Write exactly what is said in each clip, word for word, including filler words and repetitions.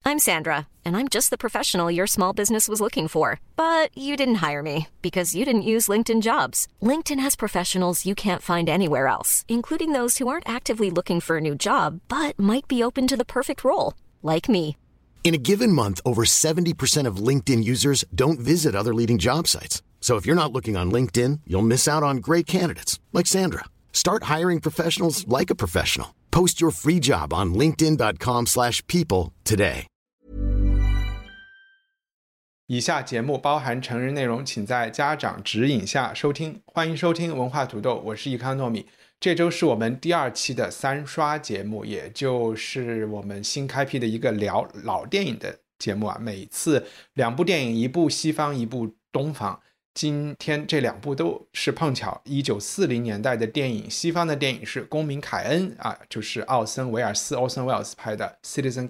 I'm Sandra, and I'm just the professional your small business was looking for. But you didn't hire me because you didn't use LinkedIn Jobs. LinkedIn has professionals you can't find anywhere else, including those who aren't actively looking for a new job, but might be open to the perfect role, like me. In a given month, over seventy percent of LinkedIn users don't visit other leading job sites. So if you're not looking on LinkedIn, you'll miss out on great candidates like Sandra. Start hiring professionals like a professional. Post your free job on linkedin dot com slash people today. 以下节目包含成人内容，请在家长指引下收听。欢迎收听文化土豆，我是易康糯米。这周是我们第二期的三刷节目，也就是我们新开辟的一个聊老电影的节目啊。每次两部电影，一部西方，一部东方。今天这两部都是碰巧一九四零年代的电影，西方的电影是《公民凯恩》啊，就是奥森威尔斯 Orson Welles 拍的 Citizen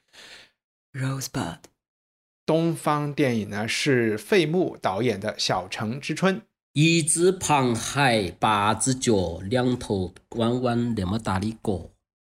Kane。Rosebud。东方电影呢是费穆导演的《小城之春》。 一只螃蟹，八只脚，两头弯弯那么大的狗。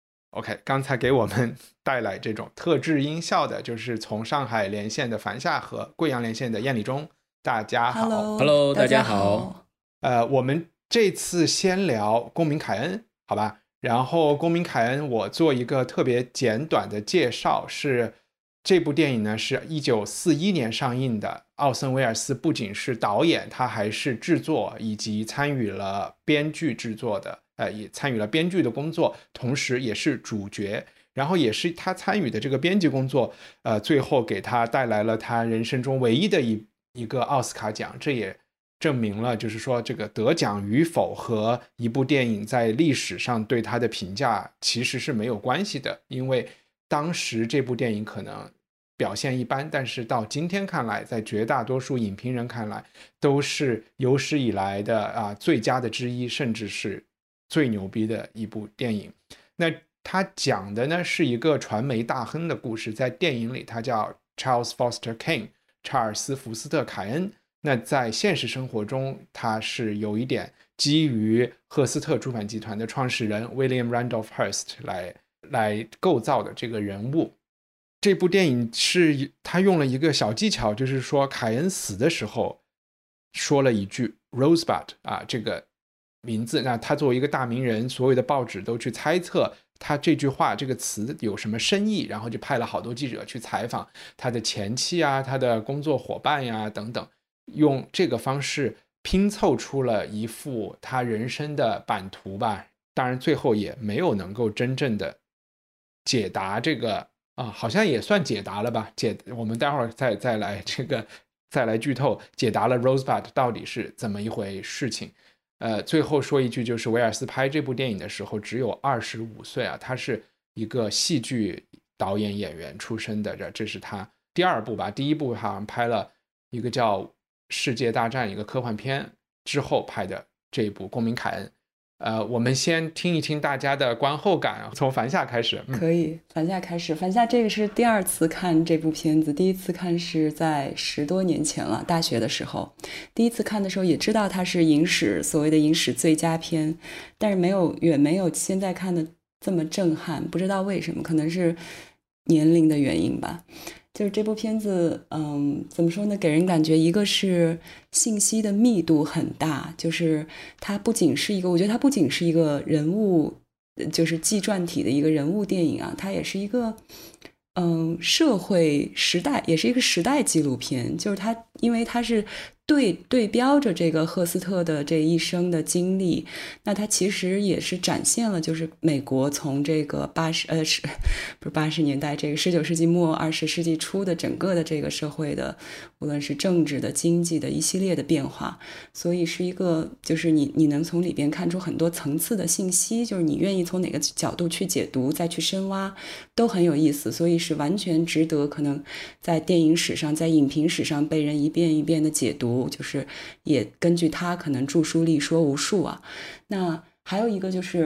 OK， 刚才给我们带来这种特制音效的，就是从上海连线的樊夏和贵阳连线的燕礼中。大家好 ，Hello，, Hello 大家好。 呃，我们这次先聊《公民凯恩》，好吧？然后《公民凯恩》，我做一个特别简短的介绍，是这部电影呢是一九四一年上映的。奥森威尔斯不仅是导演，他还是制作以及参与了编剧制作的，呃，也参与了编剧的工作，同时也是主角。然后也是他参与的这个编辑工作，呃，最后给他带来了他人生中唯一的一。一个奥斯卡奖，这也证明了就是说这个得奖与否和一部电影在历史上对它的评价其实是没有关系的，因为当时这部电影可能表现一般，但是到今天看来，在绝大多数影评人看来都是有史以来的啊最佳的之一，甚至是最牛逼的一部电影。那它讲的呢是一个传媒大亨的故事，在电影里他叫 Charles Foster Kane，查尔斯·福斯特·凯恩。那在现实生活中，他是有一点基于赫斯特出版集团的创始人 William Randolph Hearst 来来构造的这个人物。这部电影是他用了一个小技巧，就是说凯恩死的时候说了一句 Rosebud 啊这个名字。那他作为一个大名人，所有的报纸都去猜测他这句话这个词有什么深意，然后就派了好多记者去采访他的前妻啊，他的工作伙伴呀等等，用这个方式拼凑出了一幅他人生的版图吧。当然最后也没有能够真正的解答这个啊，好像也算解答了吧，解我们待会儿再再来这个再来剧透，解答了 Rosebud 到底是怎么一回事情。呃，最后说一句，就是威尔斯拍这部电影的时候只有二十五岁啊，他是一个戏剧导演演员出身的，这这是他第二部吧，第一部好像拍了一个叫《世界大战》一个科幻片之后拍的这一部《公民凯恩》。呃，我们先听一听大家的观后感，从樊夏开始。 可以，樊夏开始。樊夏这个是第二次看这部片子，第一次看是在十多年前了，大学的时候。第一次看的时候也知道它是影史所谓的影史最佳片，但是没有远没有现在看的这么震撼，不知道为什么，可能是年龄的原因吧。就是这部片子，嗯，怎么说呢？给人感觉一个是信息的密度很大，就是它不仅是一个，我觉得它不仅是一个人物，就是纪传体的一个人物电影啊，它也是一个，嗯，社会时代，也是一个时代纪录片。就是它，因为它是对对标着这个赫斯特的这一生的经历，那它其实也是展现了就是美国从这个八十呃是不是八十年代这个十九世纪末二十世纪初的整个的这个社会的无论是政治的经济的一系列的变化，所以是一个就是你你能从里边看出很多层次的信息，就是你愿意从哪个角度去解读再去深挖都很有意思，所以是完全值得可能在电影史上在影评史上被人一遍一遍的解读，就是也根据他可能著书立说无数啊。那还有一个就是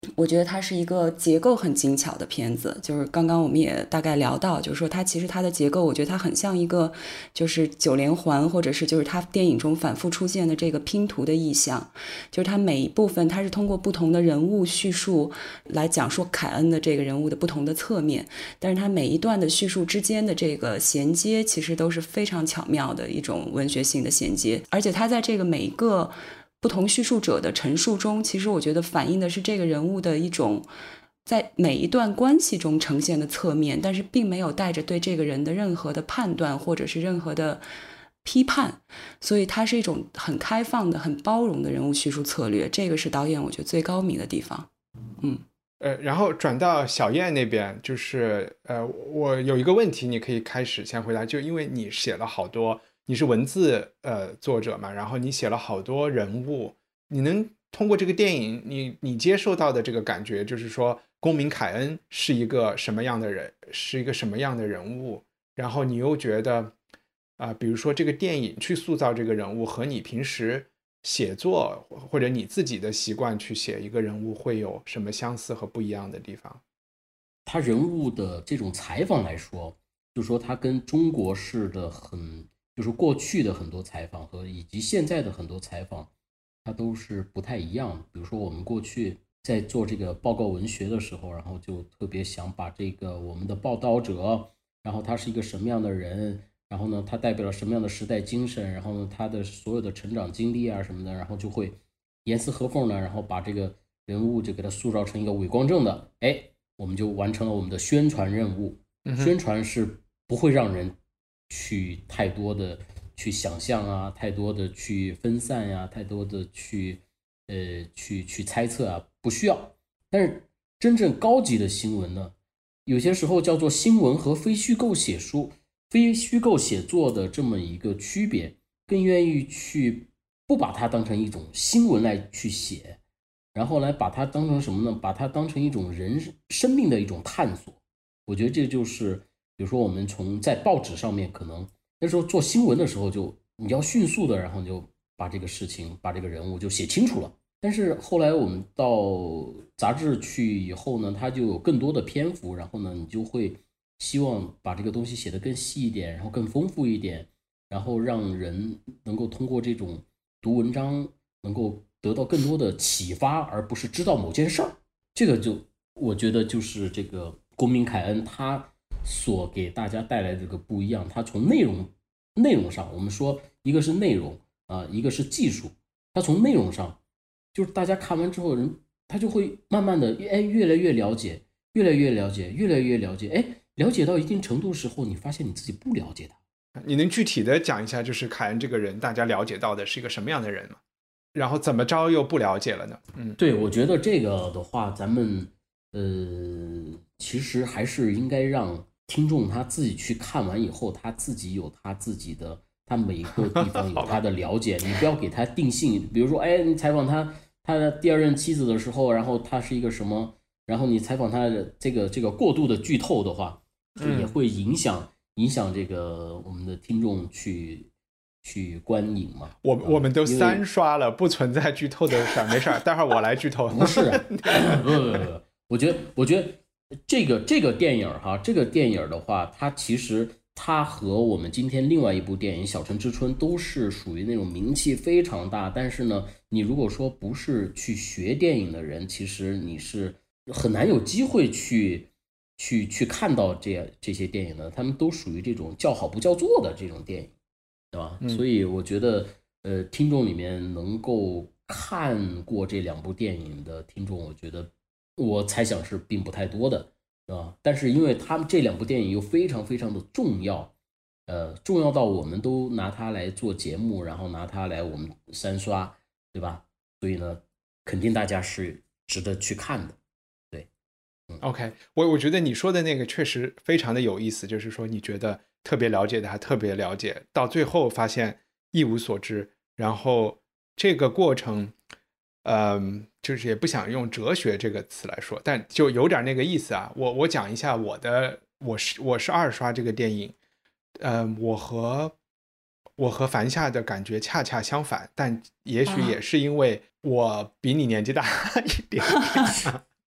我觉得它是一个结构很精巧的片子，就是刚刚我们也大概聊到，就是说它其实它的结构，我觉得它很像一个就是九连环，或者是就是它电影中反复出现的这个拼图的意象，就是它每一部分它是通过不同的人物叙述来讲述凯恩的这个人物的不同的侧面，但是它每一段的叙述之间的这个衔接其实都是非常巧妙的一种文学性的衔接，而且它在这个每一个不同叙述者的陈述中，其实我觉得反映的是这个人物的一种在每一段关系中呈现的侧面，但是并没有带着对这个人的任何的判断或者是任何的批判，所以它是一种很开放的很包容的人物叙述策略，这个是导演我觉得最高明的地方。嗯， 呃，然后转到小燕那边，就是呃，我有一个问题，你可以开始先回答，就因为你写了好多，你是文字呃作者嘛，然后你写了好多人物，你能通过这个电影，你你接受到的这个感觉，就是说公民凯恩是一个什么样的人，是一个什么样的人物，然后你又觉得啊、呃，比如说这个电影去塑造这个人物和你平时写作或者你自己的习惯去写一个人物会有什么相似和不一样的地方？ 他人物的这种采访来说，就是说他跟中国式的很就是过去的很多采访和以及现在的很多采访它都是不太一样的。比如说我们过去在做这个报告文学的时候，然后就特别想把这个我们的报道者，然后他是一个什么样的人，然后呢他代表了什么样的时代精神，然后呢他的所有的成长经历啊什么的，然后就会严丝合缝的，然后把这个人物就给他塑造成一个伟光正的，哎，我们就完成了我们的宣传任务。宣传是不会让人去太多的去想象啊，太多的去分散呀、啊，太多的去呃去去猜测啊，不需要。但是真正高级的新闻呢，有些时候叫做新闻和非虚构写书、非虚构写作的这么一个区别，更愿意去不把它当成一种新闻来去写，然后来把它当成什么呢？把它当成一种人生命的一种探索。我觉得这就是，比如说我们从在报纸上面，可能那时候做新闻的时候就，就你要迅速的，然后你就把这个事情、把这个人物就写清楚了。但是后来我们到杂志去以后呢，它就有更多的篇幅，然后呢，你就会希望把这个东西写得更细一点，然后更丰富一点，然后让人能够通过这种读文章能够得到更多的启发，而不是知道某件事儿。这个就我觉得就是这个公民凯恩他所给大家带来的这个不一样。他从内容内容上，我们说一个是内容啊、呃，一个是技术。他从内容上，就是大家看完之后，人他就会慢慢的哎越来越了解，越来越了解，越来越了解，哎，了解到一定程度的时候，你发现你自己不了解他。 你能具体的讲一下，就是凯恩这个人，大家了解到的是一个什么样的人吗？然后怎么着又不了解了呢？嗯， 对，我觉得这个的话，咱们呃，其实还是应该让听众他自己去看完以后，他自己有他自己的，他每一个地方有他的了解，你不要给他定性。比如说，哎，你采访他他的第二任妻子的时候，然后他是一个什么，然后你采访他的这个这个过度的剧透的话，也会影响、嗯、影响这个我们的听众去。去观影嘛， 我我们都三刷了，不存在剧透的事儿，没事儿，待会儿我来剧透。 不是，不不不不，我觉得我觉得这个这个电影哈，这个电影的话，它其实它和我们今天另外一部电影《小城之春》都是属于那种名气非常大，但是呢，你如果说不是去学电影的人，其实你是很难有机会去去去看到这这些电影的，他们都属于这种叫好不叫座的这种电影。对吧？嗯、所以我觉得，呃，听众里面能够看过这两部电影的听众，我觉得我猜想是并不太多的，对吧？但是因为他们这两部电影又非常非常的重要，呃，重要到我们都拿它来做节目，然后拿它来我们三刷，对吧？所以呢，肯定大家是值得去看的。对、 嗯、，OK， 我我觉得你说的那个确实非常的有意思，就是说你觉得。特别了解的还特别了解，到最后发现一无所知，然后这个过程嗯，就是也不想用哲学这个词来说，但就有点那个意思啊。我我讲一下我的，我是我是二刷这个电影，嗯，我和我和樊夏的感觉恰恰相反，但也许也是因为我比你年纪大一点点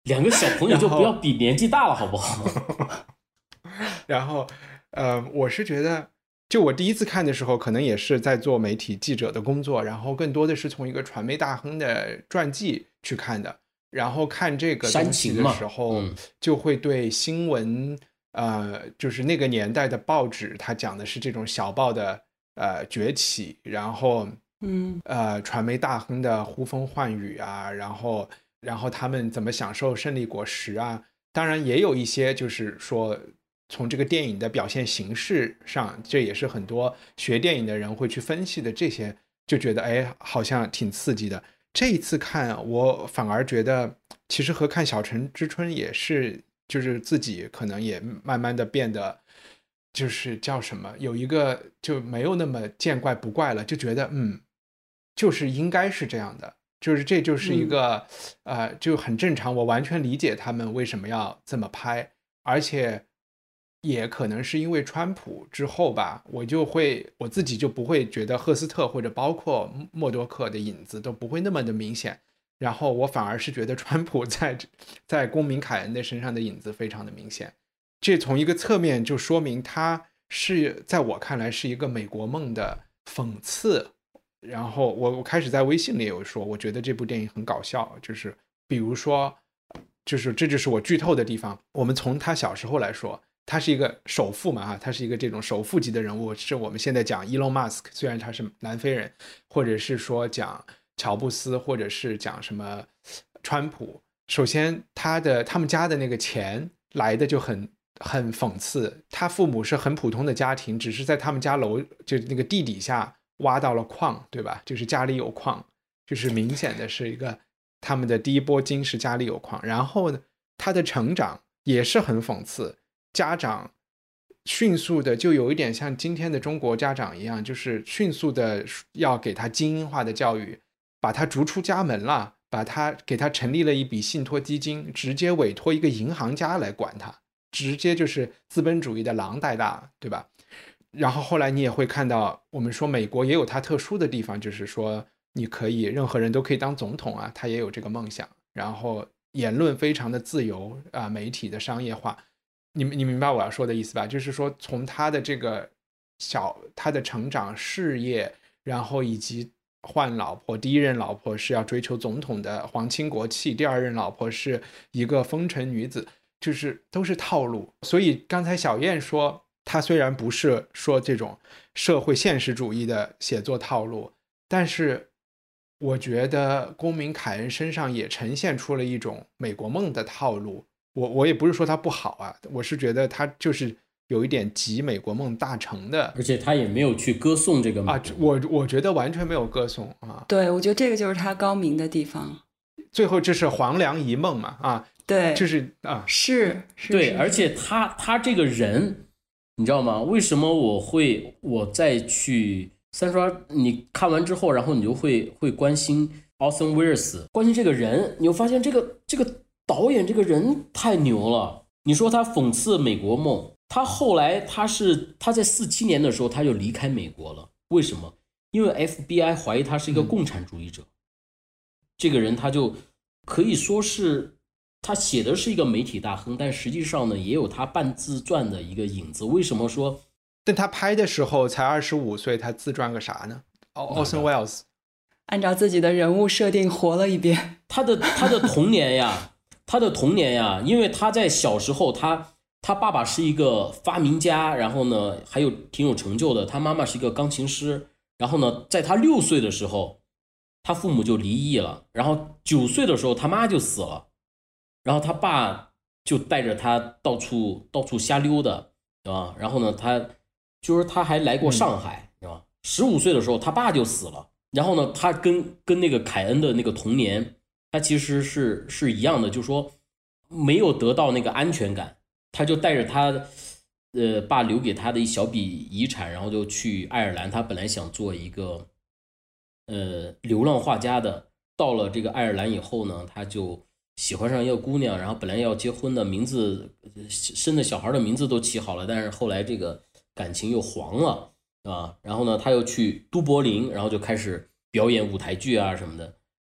两个小朋友就不要比年纪大了，好不好？ 然后，呃，我是觉得，就我第一次看的时候，可能也是在做媒体记者的工作，然后更多的是从一个传媒大亨的传记去看的。然后看这个东西的时候，嗯、就会对新闻，呃，就是那个年代的报纸，它讲的是这种小报的呃崛起，然后， 嗯， 呃，传媒大亨的呼风唤雨啊，然后，然后他们怎么享受胜利果实啊。当然也有一些就是说，从这个电影的表现形式上，这也是很多学电影的人会去分析的，这些就觉得哎，好像挺刺激的。这一次看，我反而觉得，其实和看《小城之春》也是，就是自己可能也慢慢的变得，就是叫什么，有一个就没有那么见怪不怪了，就觉得嗯，就是应该是这样的，就是这就是一个、嗯、呃，就很正常，我完全理解他们为什么要这么拍，而且也可能是因为川普之后吧，我就会我自己就不会觉得赫斯特或者包括默多克的影子都不会那么的明显，然后我反而是觉得川普在在公民凯恩的身上的影子非常的明显，这从一个侧面就说明他是在我看来是一个美国梦的讽刺。然后我我开始在微信里有说，我觉得这部电影很搞笑，就是比如说，就是这就是我剧透的地方，我们从他小时候来说。他是一个首富嘛，哈，他是一个这种首富级的人物，是我们现在讲 Elon Musk， 虽然他是南非人，或者是说讲乔布斯，或者是讲什么川普。首先，他的他们家的那个钱来的就很很讽刺，他父母是很普通的家庭，只是在他们家楼就那个地底下挖到了矿，对吧？就是家里有矿，就是明显的是一个他们的第一波金是家里有矿。然后呢，他的成长也是很讽刺。家长迅速的就有一点像今天的中国家长一样，就是迅速的要给他精英化的教育，把他逐出家门了，把他给他成立了一笔信托基金，直接委托一个银行家来管他，直接就是资本主义的狼带大，对吧？然后后来你也会看到，我们说美国也有它特殊的地方，就是说你可以任何人都可以当总统啊，他也有这个梦想，然后言论非常的自由啊，媒体的商业化。你你明白我要说的意思吧？就是说从他的这个小他的成长事业，然后以及换老婆，第一任老婆是要追求总统的皇亲国戚，第二任老婆是一个风尘女子，就是都是套路。所以刚才小燕说他虽然不是说这种社会现实主义的写作套路，但是我觉得公民凯恩身上也呈现出了一种美国梦的套路。我我也不是说他不好啊，我是觉得他就是有一点集美国梦大成的， 而且他也没有去歌颂这个啊，我我觉得完全没有歌颂啊。 对，我觉得这个就是他高明的地方。 最后这是黄粱一梦嘛，啊， 对， 就是啊， 是是， 对，而且他他这个人，你知道吗？为什么我会我再去三刷？你看完之后，然后你就会会关心奥森威尔斯，关心这个人，你就发现这个这个。导演这个人太牛了，你说他讽刺美国梦，他后来他是他在四七年的时候他就离开美国了，为什么？因为 F B I 怀疑他是一个共产主义者，嗯、这个人他就可以说是他写的是一个媒体大亨，但实际上呢也有他半自传的一个影子。为什么说？ 但他拍的时候才二十五岁，他自传个啥呢？奥森威尔斯按照自己的人物设定活了一遍， 他的他的童年呀。他的童年呀，因为他在小时候，他他爸爸是一个发明家，然后呢还有挺有成就的，他妈妈是一个钢琴师，然后呢在他六岁的时候，他父母就离异了，然后九岁的时候他妈就死了，然后他爸就带着他到处到处瞎溜达，对吧？然后呢他就是他还来过上海，对吧？十五岁的时候他爸就死了，然后呢他跟跟那个凯恩的那个童年。他其实是是一样的，就是说没有得到那个安全感，他就带着他呃爸留给他的一小笔遗产，然后就去爱尔兰。他本来想做一个呃流浪画家的，到了这个爱尔兰以后呢，他就喜欢上一个姑娘，然后本来要结婚的，名字生的小孩的名字都起好了，但是后来这个感情又黄了啊。然后呢，他又去都柏林，然后就开始表演舞台剧啊什么的。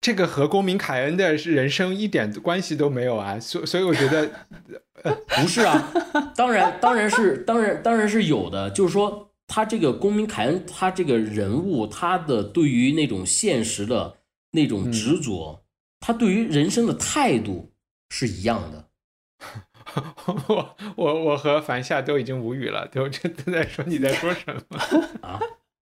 这个和公民凯恩的人生一点关系都没有啊，所所以我觉得， 呃，不是啊，当然当然是当然当然是有的，就是说他这个公民凯恩，他这个人物，他的对于那种现实的那种执着，嗯、他对于人生的态度是一样的。 我我我和樊夏都已经无语了，都都在说你在说什么啊？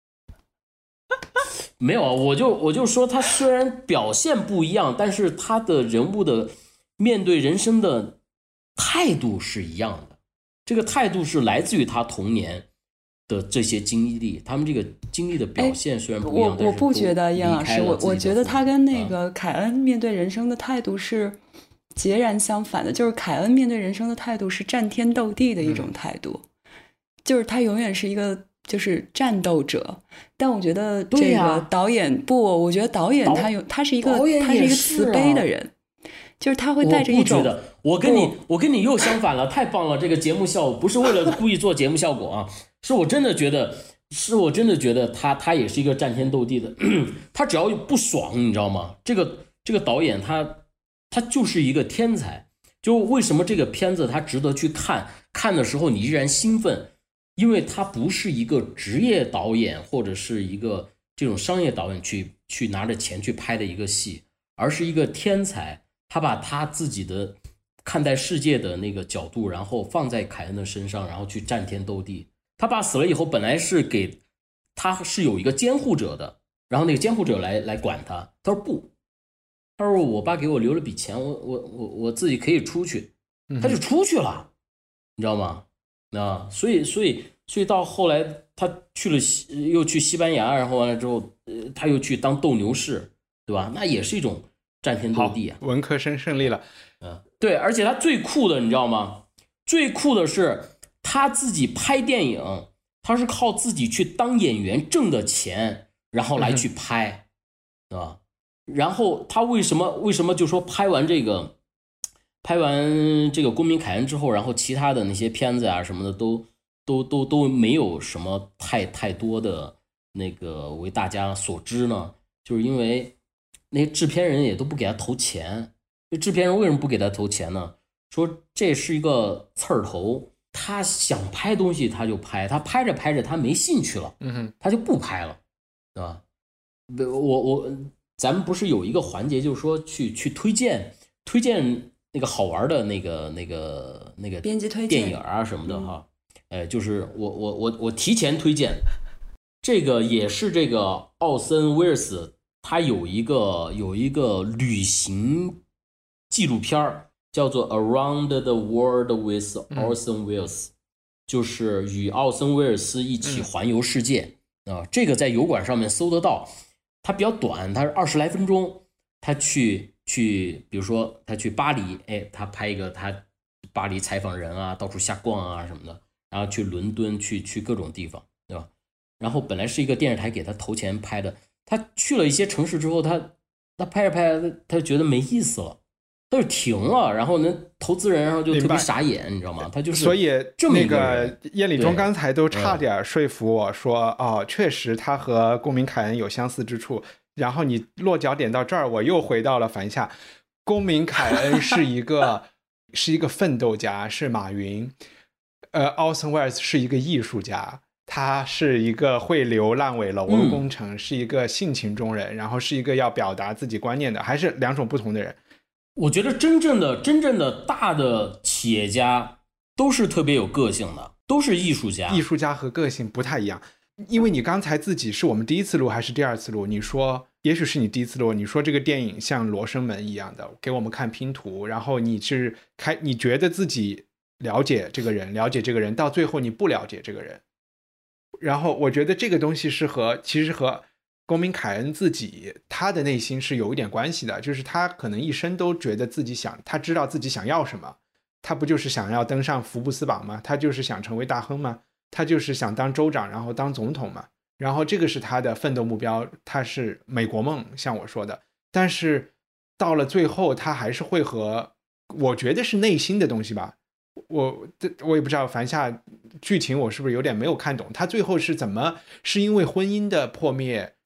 没有啊，我就我就说他虽然表现不一样，但是他的人物的面对人生的态度是一样的。这个态度是来自于他童年的这些经历，他们这个经历的表现虽然不一样， 我我不觉得燕老师，我我觉得他跟那个啊凯恩面对人生的态度是截然相反的，就是凯恩面对人生的态度是战天斗地的一种态度，嗯、就是他永远是一个就是战斗者。但我觉得这个导演、啊、不，我觉得导演他有他是一个他是一个慈悲的人，就是他会带着一种。 我不觉得，我跟你我跟你又相反了，太棒了！这个节目效果不是为了故意做节目效果啊，是我真的觉得，是我真的觉得他他也是一个战天斗地的，他只要不爽，你知道吗？这个这个导演他。他就是一个天才，就为什么这个片子他值得去看，看的时候你依然兴奋，因为他不是一个职业导演或者是一个这种商业导演去去拿着钱去拍的一个戏，而是一个天才，他把他自己的看待世界的那个角度，然后放在凯恩的身上，然后去战天斗地。他爸死了以后，本来是给他是有一个监护者的，然后那个监护者来来管他，他说不。他说我爸给我留了笔钱，我我我我自己可以出去，他就出去了，嗯、你知道吗？啊，所以所以所以到后来他去了西，又去西班牙，然后完了之后，呃，他又去当斗牛士，对吧？那也是一种战天斗地啊。 文科生胜利了， 嗯，对，而且他最酷的，你知道吗？最酷的是他自己拍电影，他是靠自己去当演员挣的钱，然后来去拍，对吧？然后他为什么为什么就说拍完这个拍完这个公民凯恩之后，然后其他的那些片子啊什么的都都都都没有什么太太多的那个为大家所知呢？就是因为那些制片人也都不给他投钱。这制片人为什么不给他投钱呢？说这是一个刺儿头，他想拍东西他就拍，他拍着拍着他没兴趣了， 嗯哼， 他就不拍了，对吧？我我。咱们不是有一个环节，就是说去去推荐推荐那个好玩的那个那个那个编辑推荐电影啊什么的哈，嗯、呃，就是我我我我提前推荐，这个也是这个奥森威尔斯，他有一个有一个旅行纪录片叫做 Around the World with Orson Welles，、嗯、就是与奥森威尔斯一起环游世界啊、嗯呃，这个在油管上面搜得到。他比较短，他是二十来分钟。他去去，比如说他去巴黎，哎，他拍一个他巴黎采访人啊，到处瞎逛啊什么的。然后去伦敦，去去各种地方，对吧？然后本来是一个电视台给他投钱拍的，他去了一些城市之后，他他拍着拍着，他就觉得没意思了，他就停了。然后那投资人然后就特别傻眼，你知道吗？他就是所以这么那个叶礼忠刚才都差点说服我说，哦，确实他和公民凯恩有相似之处。然后你落脚点到这儿，我又回到了樊夏。公民凯恩是一个是一个奋斗家，是马云。呃，奥森威尔斯是一个艺术家，他是一个会流烂尾楼工程、嗯，是一个性情中人，然后是一个要表达自己观念的，还是两种不同的人。 我觉得真正的真正的大的企业家都是特别有个性的，都是艺术家。 艺术家和个性不太一样。因为你刚才自己是我们第一次录还是第二次录，你说也许是你第一次录，你说这个电影像罗生门一样的给我们看拼图，然后你是开你觉得自己了解这个人，了解这个人，到最后你不了解这个人。然后我觉得这个东西是和其实和公民凯恩自己他的内心是有一点关系的，就是他可能一生都觉得自己想，他知道自己想要什么，他不就是想要登上福布斯榜吗？他就是想成为大亨吗？他就是想当州长，然后当总统嘛，然后这个是他的奋斗目标，他是美国梦，像我说的。但是到了最后，他还是会和，我觉得是内心的东西吧。我我也不知道樊夏剧情我是不是有点没有看懂，他最后是怎么是因为婚姻的破灭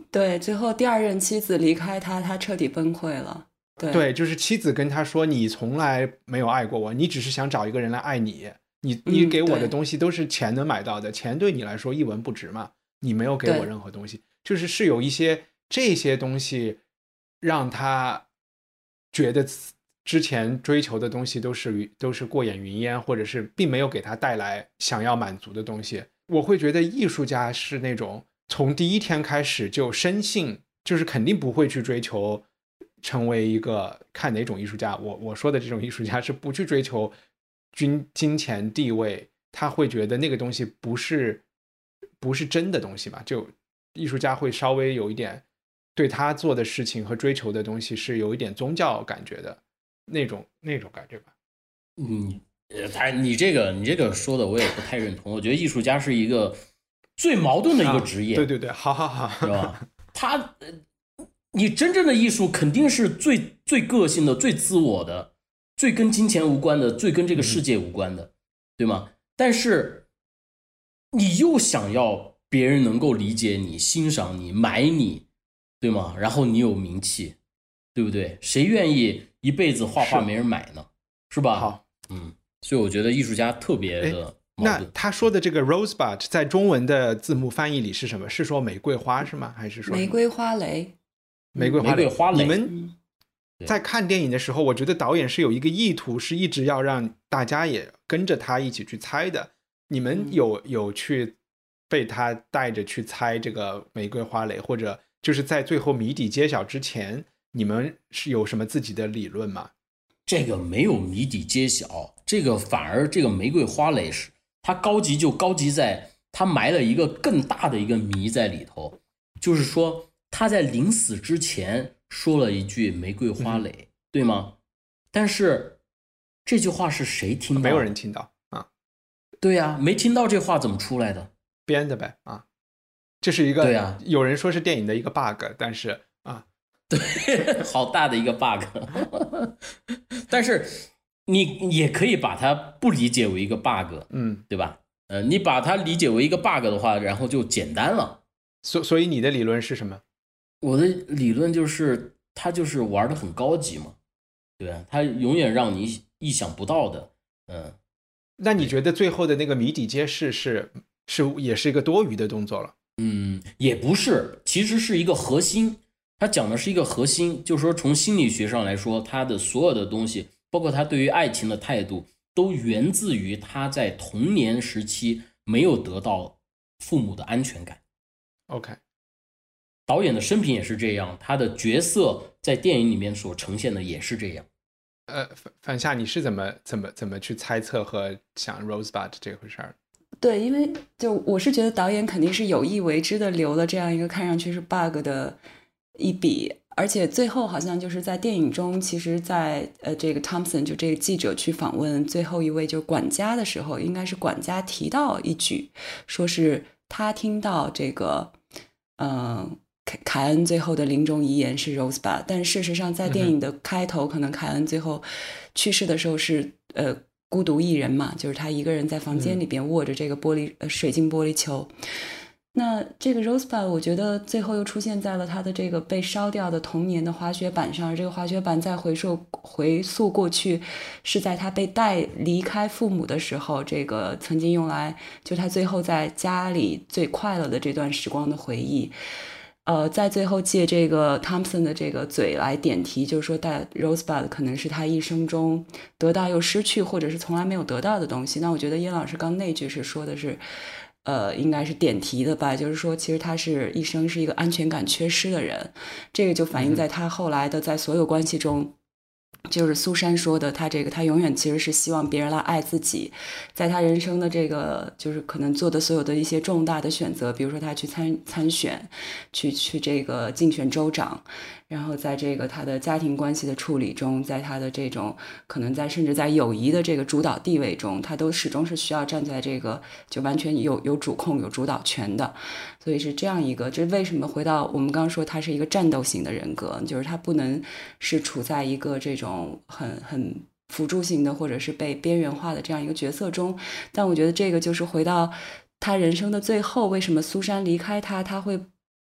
对，最后第二任妻子离开他，他彻底崩溃了。对对，就是妻子跟他说：“你从来没有爱过我，你只是想找一个人来爱你。你你给我的东西都是钱能买到的，嗯、钱对你来说一文不值嘛。你没有给我任何东西，就是是有一些这些东西让他觉得之前追求的东西都是都是过眼云烟，或者是并没有给他带来想要满足的东西。我会觉得艺术家是那种从第一天开始就深信，就是肯定不会去追求。”成为一个看哪种艺术家，我我说的这种艺术家是不去追求金金钱地位，他会觉得那个东西不是不是真的东西嘛，就艺术家会稍微有一点对他做的事情和追求的东西是有一点宗教感觉的那种那种感觉吧。 嗯，他你这个你这个说的我也不太认同，我觉得艺术家是一个最矛盾的一个职业。 啊、对对对，好好好， 是吧？他。你真正的艺术肯定是最最个性的、最自我的、最跟金钱无关的、最跟这个世界无关的，嗯、对吗？但是你又想要别人能够理解你、欣赏你、买你，对吗？然后你有名气，对不对？谁愿意一辈子画画没人买呢？是, 是吧？ 好， 嗯，所以我觉得艺术家特别的矛盾。 那他说的这个 rosebud 在中文的字幕翻译里是什么？是说玫瑰花是吗？还是说玫瑰花蕾？ 玫瑰花蕾， 花蕾。 你们在看电影的时候，我觉得导演是有一个意图，是一直要让大家也跟着他一起去猜的。你们有有去被他带着去猜这个玫瑰花蕾，或者就是在最后谜底揭晓之前，你们是有什么自己的理论吗？ 这个没有谜底揭晓，这个反而这个玫瑰花蕾是它高级就高级在它埋了一个更大的一个谜在里头，就是说。他在临死之前说了一句玫瑰花蕾、嗯、对吗？但是这句话是谁听到？ 没有人听到啊。 对呀、啊，没听到这话怎么出来的？ 编的呗啊。这是一个， 对呀、啊， 有人说是电影的一个 bug， 但是啊， 对，好大的一个 bug。但是你也可以把它不理解为一个 bug， 嗯， 对吧？呃，你把它理解为一个 bug 的话，然后就简单了。 所所以你的理论是什么？ 我的理论就是他就是玩的很高级嘛，对吧？他永远让你意想不到的，嗯。 那你觉得最后的那个谜底揭示是是也是一个多余的动作了？ 嗯，也不是，其实是一个核心。他讲的是一个核心，就是说从心理学上来说，他的所有的东西，包括他对于爱情的态度，都源自于他在童年时期没有得到父母的安全感。 OK。 导演的生平也是这样，他的角色在电影里面所呈现的也是这样。 呃，樊夏，你是怎么怎么怎么去猜测和想 Rosebud 这回事儿？ 对，因为就我是觉得导演肯定是有意为之的留了这样一个看上去是 bug 的一笔，而且最后好像就是在电影中，其实在呃这个 Thompson 就这个记者去访问最后一位就管家的时候，应该是管家提到一句，说是他听到这个嗯。呃凯恩最后的临终遗言是 Rosebud， 但事实上在电影的开头，嗯、可能凯恩最后去世的时候是呃孤独一人嘛，就是他一个人在房间里边握着这个玻璃、嗯、呃水晶玻璃球。那这个 Rosebud 我觉得最后又出现在了他的这个被烧掉的童年的滑雪板上，这个滑雪板在回溯回溯过去是在他被带离开父母的时候，这个曾经用来就他最后在家里最快乐的这段时光的回忆。呃，在最后借这个 Thompson 的这个嘴来点题，就是说带 Rosebud 可能是他一生中得到又失去，或者是从来没有得到的东西。那我觉得叶老师刚那句是说的是，呃，应该是点题的吧，就是说其实他是一生是一个安全感缺失的人，这个就反映在他后来的在所有关系中。就是苏珊说的，他这个他永远其实是希望别人来爱自己，在他人生的这个就是可能做的所有的一些重大的选择，比如说他去参参选，去去这个竞选州长，然后在这个他的家庭关系的处理中，在他的这种可能在甚至在友谊的这个主导地位中，他都始终是需要站在这个就完全有有主控有主导权的，所以是这样一个，这为什么回到我们刚刚说他是一个战斗型的人格，就是他不能是处在一个这种很很辅助性的或者是被边缘化的这样一个角色中。但我觉得这个就是回到他人生的最后，为什么苏珊离开他，他会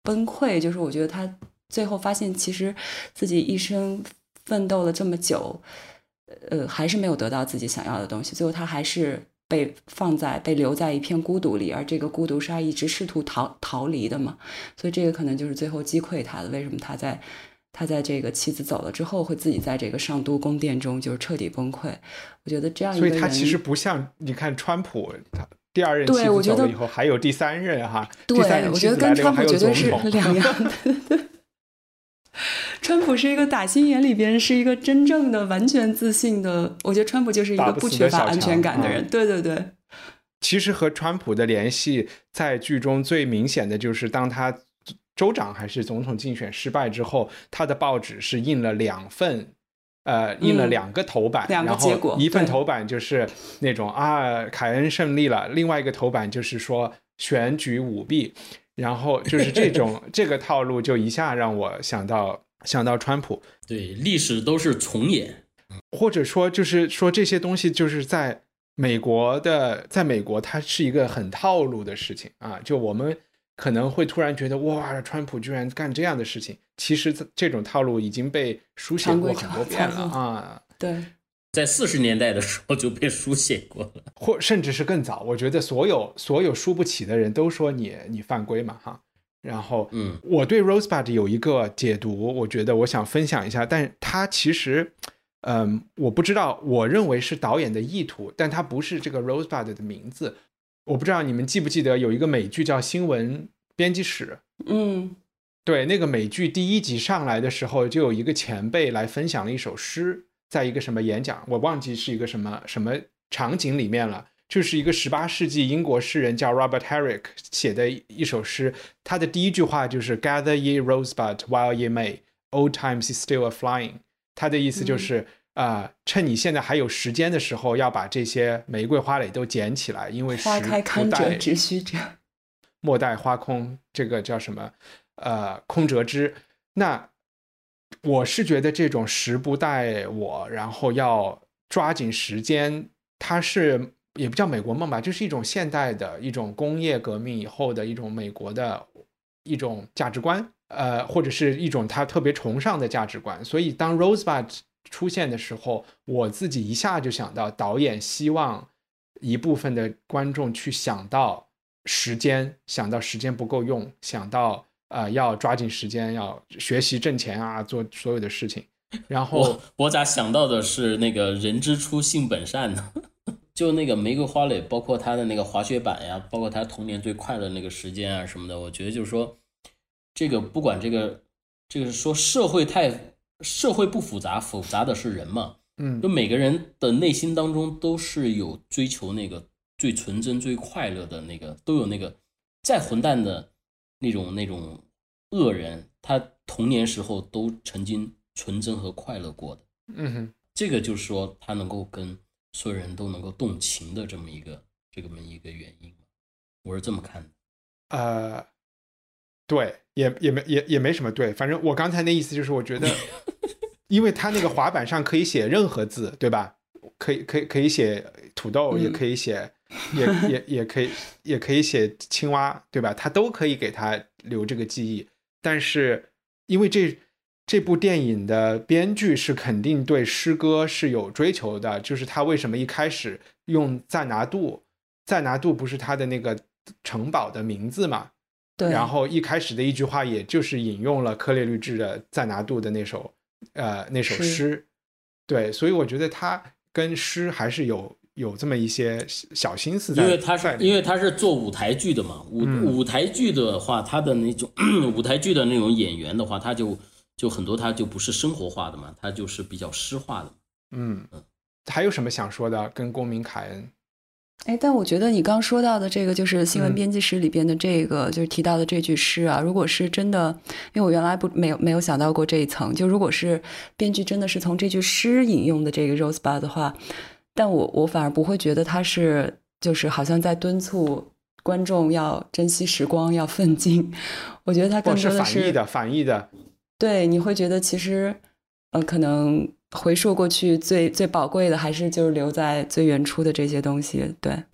崩溃，就是我觉得他最后发现其实自己一生奋斗了这么久，呃，还是没有得到自己想要的东西，最后他还是被放在被留在一片孤独里，而这个孤独是他一直试图逃逃离的嘛，所以这个可能就是最后击溃他的。为什么他在他在这个妻子走了之后会自己在这个上都宫殿中就是彻底崩溃？我觉得这样一个人， 所以他其实不像你看川普，他第二任妻子走了以后还有第三任哈， 对， 第三任妻子来了以后还有总统， 我觉得跟川普绝对是两样的。川普是一个打心眼里边是一个真正的完全自信的，我觉得川普就是一个不缺乏安全感的人。嗯、对对对。 其实和川普的联系在剧中最明显的就是当他州长还是总统竞选失败之后，他的报纸是印了两份呃，印了两个头版、嗯、 两个结果， 然后一份头版就是那种啊凯恩胜利了，另外一个头版就是说选举舞弊，然后就是这种这个套路就一下让我想到想到川普。 对，历史都是重演， 或者说就是说这些东西就是在美国的，在美国它是一个很套路的事情啊，就我们可能会突然觉得哇，川普居然干这样的事情，其实这种套路已经被书写过很多遍了啊。 对， 在四十年代的时候就被书写过了， 或甚至是更早。我觉得所有所有输不起的人都说你你犯规嘛哈。然后， 嗯， 我对 Rosebud 有一个解读，我觉得我想分享一下，但他其实，嗯，我不知道，我认为是导演的意图，但他不是这个 Rosebud 的名字。我不知道你们记不记得有一个美剧叫《新闻编辑室》？ 嗯， 对，那个美剧第一集上来的时候，就有一个前辈来分享了一首诗，在一个什么演讲，我忘记是一个什么什么场景里面了。就是一个十八世纪英国诗人叫 Robert Herrick 写的一首诗，他的第一句话就是 Gather ye rosebud while ye may, old times is still a flying。 他的意思就是、嗯呃、趁你现在还有时间的时候，要把这些玫瑰花蕾都捡起来，因为花开堪折直须折， 莫待花空，这个叫什么呃，空折枝。那我是觉得这种时不待我，然后要抓紧时间，它是也不叫美国梦吧，就是一种现代的一种工业革命以后的一种美国的一种价值观，呃，或者是一种他特别崇尚的价值观。所以当 Rosebud 出现的时候，我自己一下就想到导演希望一部分的观众去想到时间，想到时间不够用，想到呃要抓紧时间，要学习挣钱啊，做所有的事情。然后我, 我咋想到的是那个人之初性本善呢？就那个玫瑰花蕾，包括他的那个滑雪板呀，包括他童年最快乐那个时间啊什么的，我觉得就是说，这个不管这个这个是说社会太社会不复杂，复杂的是人嘛， 嗯， 就每个人的内心当中都是有追求那个最纯真、最快乐的那个，都有那个再混蛋的那种那种恶人，他童年时候都曾经纯真和快乐过的， 嗯哼， 这个就是说他能够跟所有人都能够动情的这么一个这么一个原因，我是这么看的。 呃，对，也也没也也没什么对，反正我刚才那意思就是，我觉得，因为他那个滑板上可以写任何字，对吧？可以可以可以写土豆，也可以写，嗯、也也也可以也可以写青蛙，对吧？他都可以给他留这个记忆，但是因为这。这部电影的编剧是肯定对诗歌是有追求的，就是他为什么一开始用赞拿杜，赞拿杜不是他的那个城堡的名字嘛？ 对。 然后一开始的一句话也就是引用了科列律治的赞拿杜的那首呃那首诗，对，所以我觉得他跟诗还是有有这么一些小心思在， 因为他是因为他是做舞台剧的嘛，舞、嗯、舞台剧的话，他的那种舞台剧的那种演员的话，他就。就很多它就不是生活化的嘛，它就是比较诗化的。 嗯嗯，还有什么想说的跟公民凯恩？ 哎，但我觉得你刚说到的这个就是新闻编辑室里边的这个、嗯、就是提到的这句诗啊，如果是真的，因为我原来不没有没有想到过这一层，就如果是编剧真的是从这句诗引用的这个 Rosebud 的话，但我我反而不会觉得他是就是好像在敦促观众要珍惜时光，要奋进。我觉得他更多的是反义的，反义的。 对，你会觉得其实，呃，可能回溯过去最最宝贵的还是就是留在最原初的这些东西。对，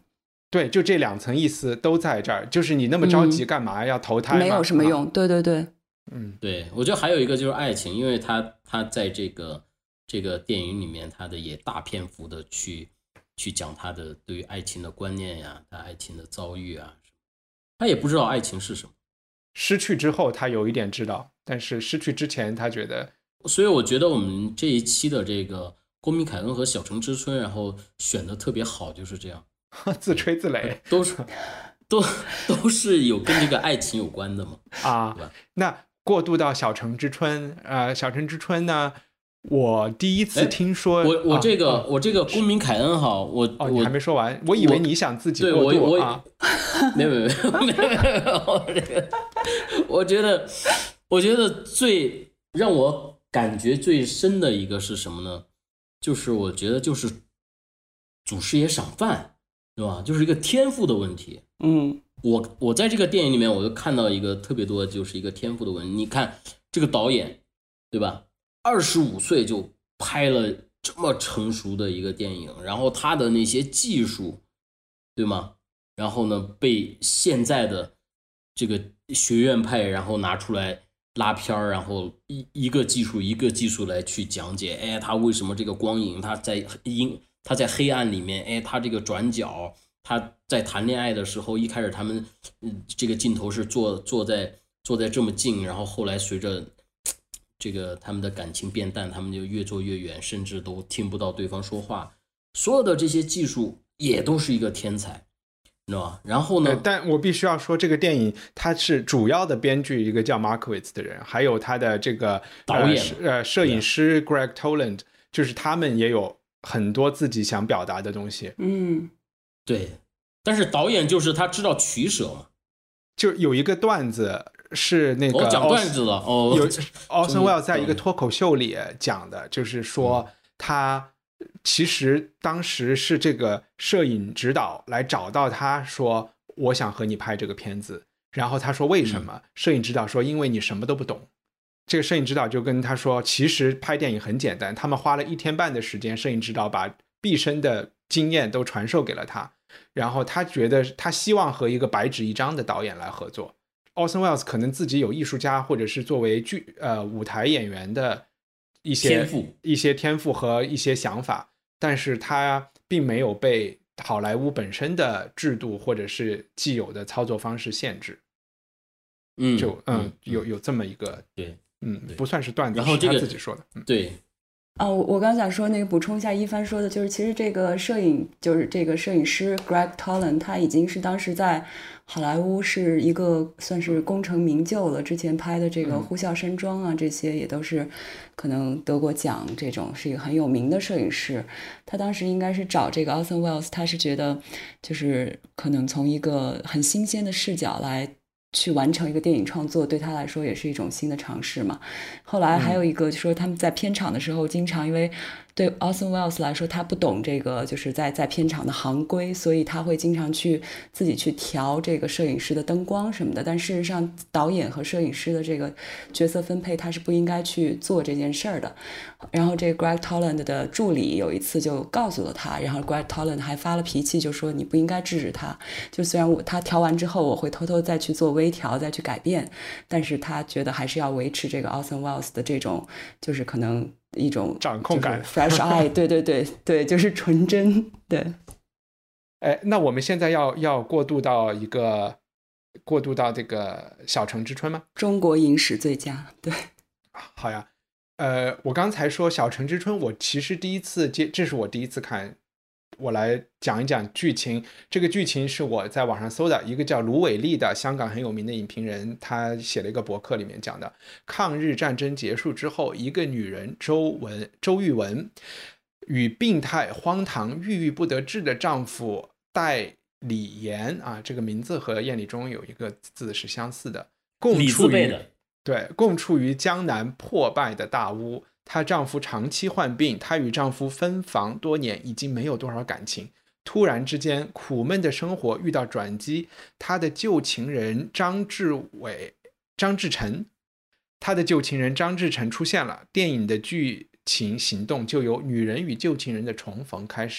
对，就这两层意思都在这儿，就是你那么着急干嘛、嗯、要投胎吗？ 没有什么用、啊、对对对， 嗯，对，我觉得还有一个就是爱情，因为他他在这个这个电影里面，他的也大篇幅的去去讲他的对于爱情的观念呀，他爱情的遭遇啊，他也不知道爱情是什么。 失去之后他有一点知道，但是失去之前他觉得。 所以我觉得我们这一期的这个公民凯恩和小城之春，然后选的特别好，就是这样。 自吹自擂， 都是都都是有跟这个爱情有关的嘛。 啊，那过渡到小城之春，呃，小城之春呢，我第一次听说， 我我这个、 啊、 我这个公民凯恩哈，我哦， 我你还没说完，我以为你想自己过渡对我我啊， 没有没有没有没有没有，我觉得我觉得最让我感觉最深的一个是什么呢？就是我觉得就是祖师爷赏饭。对吧？就是一个天赋的问题。 嗯， 我我在这个电影里面，我就看到一个特别多，就是一个天赋的问题。你看这个导演，对吧？二十五岁就拍了这么成熟的一个电影，然后他的那些技术，对吗？然后呢，被现在的这个学院派，然后拿出来拉片儿，然后一一个技术一个技术来去讲解。哎，他为什么这个光影，他在阴。他在黑暗里面，哎，他这个转角，他在谈恋爱的时候，一开始他们，嗯，这个镜头是坐坐在坐在这么近，然后后来随着这个他们的感情变淡，他们就越坐越远，甚至都听不到对方说话。所有的这些技术也都是一个天才，你知道吧？然后呢， 但我必须要说，这个电影它是主要的编剧一个叫 Markowitz 的人，还有他的这个导演呃呃摄影师 Greg Toland， 就是他们也有很多自己想表达的东西。 嗯， 对，但是导演就是他知道取舍嘛。 就有一个段子是那个、 哦、讲段子了哦， 有 Orson Welles 在一个脱口秀里讲的，就是说他其实当时是这个摄影指导来找到他说我想和你拍这个片子，然后他说为什么？嗯、摄影指导说因为你什么都不懂。这个摄影指导就跟他说，其实拍电影很简单，他们花了一天半的时间，摄影指导把毕生的经验都传授给了他，然后他觉得他希望和一个白纸一张的导演来合作。Orson Welles 可能自己有艺术家或者是作为剧呃舞台演员的一些天赋一些天赋和一些想法，但是他并没有被好莱坞本身的制度或者是既有的操作方式限制。 嗯， 就嗯, 嗯有有这么一个对。 嗯，不算是段子， 然后这个是他自己说的。嗯、 对， 啊，我我刚想说那个补充一下一帆说的，就是其实这个摄影，就是这个摄影师 Greg Toland， 他已经是当时在好莱坞是一个算是功成名就了。之前拍的这个《呼啸山庄》啊，这些也都是可能得过奖，这种是一个很有名的摄影师。他当时应该是找这个 Orson Welles， 他是觉得就是可能从一个很新鲜的视角来去完成一个电影创作，对他来说也是一种新的尝试嘛。后来还有一个就是说他们在片场的时候经常因为对 Orson Welles 来说他不懂这个就是在在片场的行规，所以他会经常去自己去调这个摄影师的灯光什么的，但事实上导演和摄影师的这个角色分配他是不应该去做这件事儿的。然后这个 Greg Toland 的助理有一次就告诉了他，然后 Greg Toland 还发了脾气，就说你不应该制止他，就虽然我他调完之后我会偷偷再去做微调再去改变，但是他觉得还是要维持这个 Orson Welles 的这种就是可能一种掌控感 fresh eye 对对对对，就是纯真。对， 哎，那我们现在要要过渡到一个过渡到这个小城之春吗？ 中国影史最佳。对， 好呀。呃，我刚才说小城之春，我其实第一次接，这是我第一次看，我来讲一讲剧情。这个剧情是我在网上搜的，一个叫卢伟丽的香港很有名的影评人，他写了一个博客，里面讲的抗日战争结束之后，一个女人周文周玉文与病态荒唐郁郁不得志的丈夫戴李岩啊，这个名字和燕礼中有一个字是相似的，共处于对共处于江南破败的大屋。她丈夫长期患病，她与丈夫分房多年，已经没有多少感情。突然之间，苦闷的生活遇到转机，她的旧情人张志伟、张志成，她的旧情人张志成出现了。电影的剧情行动就由女人与旧情人的重逢开始。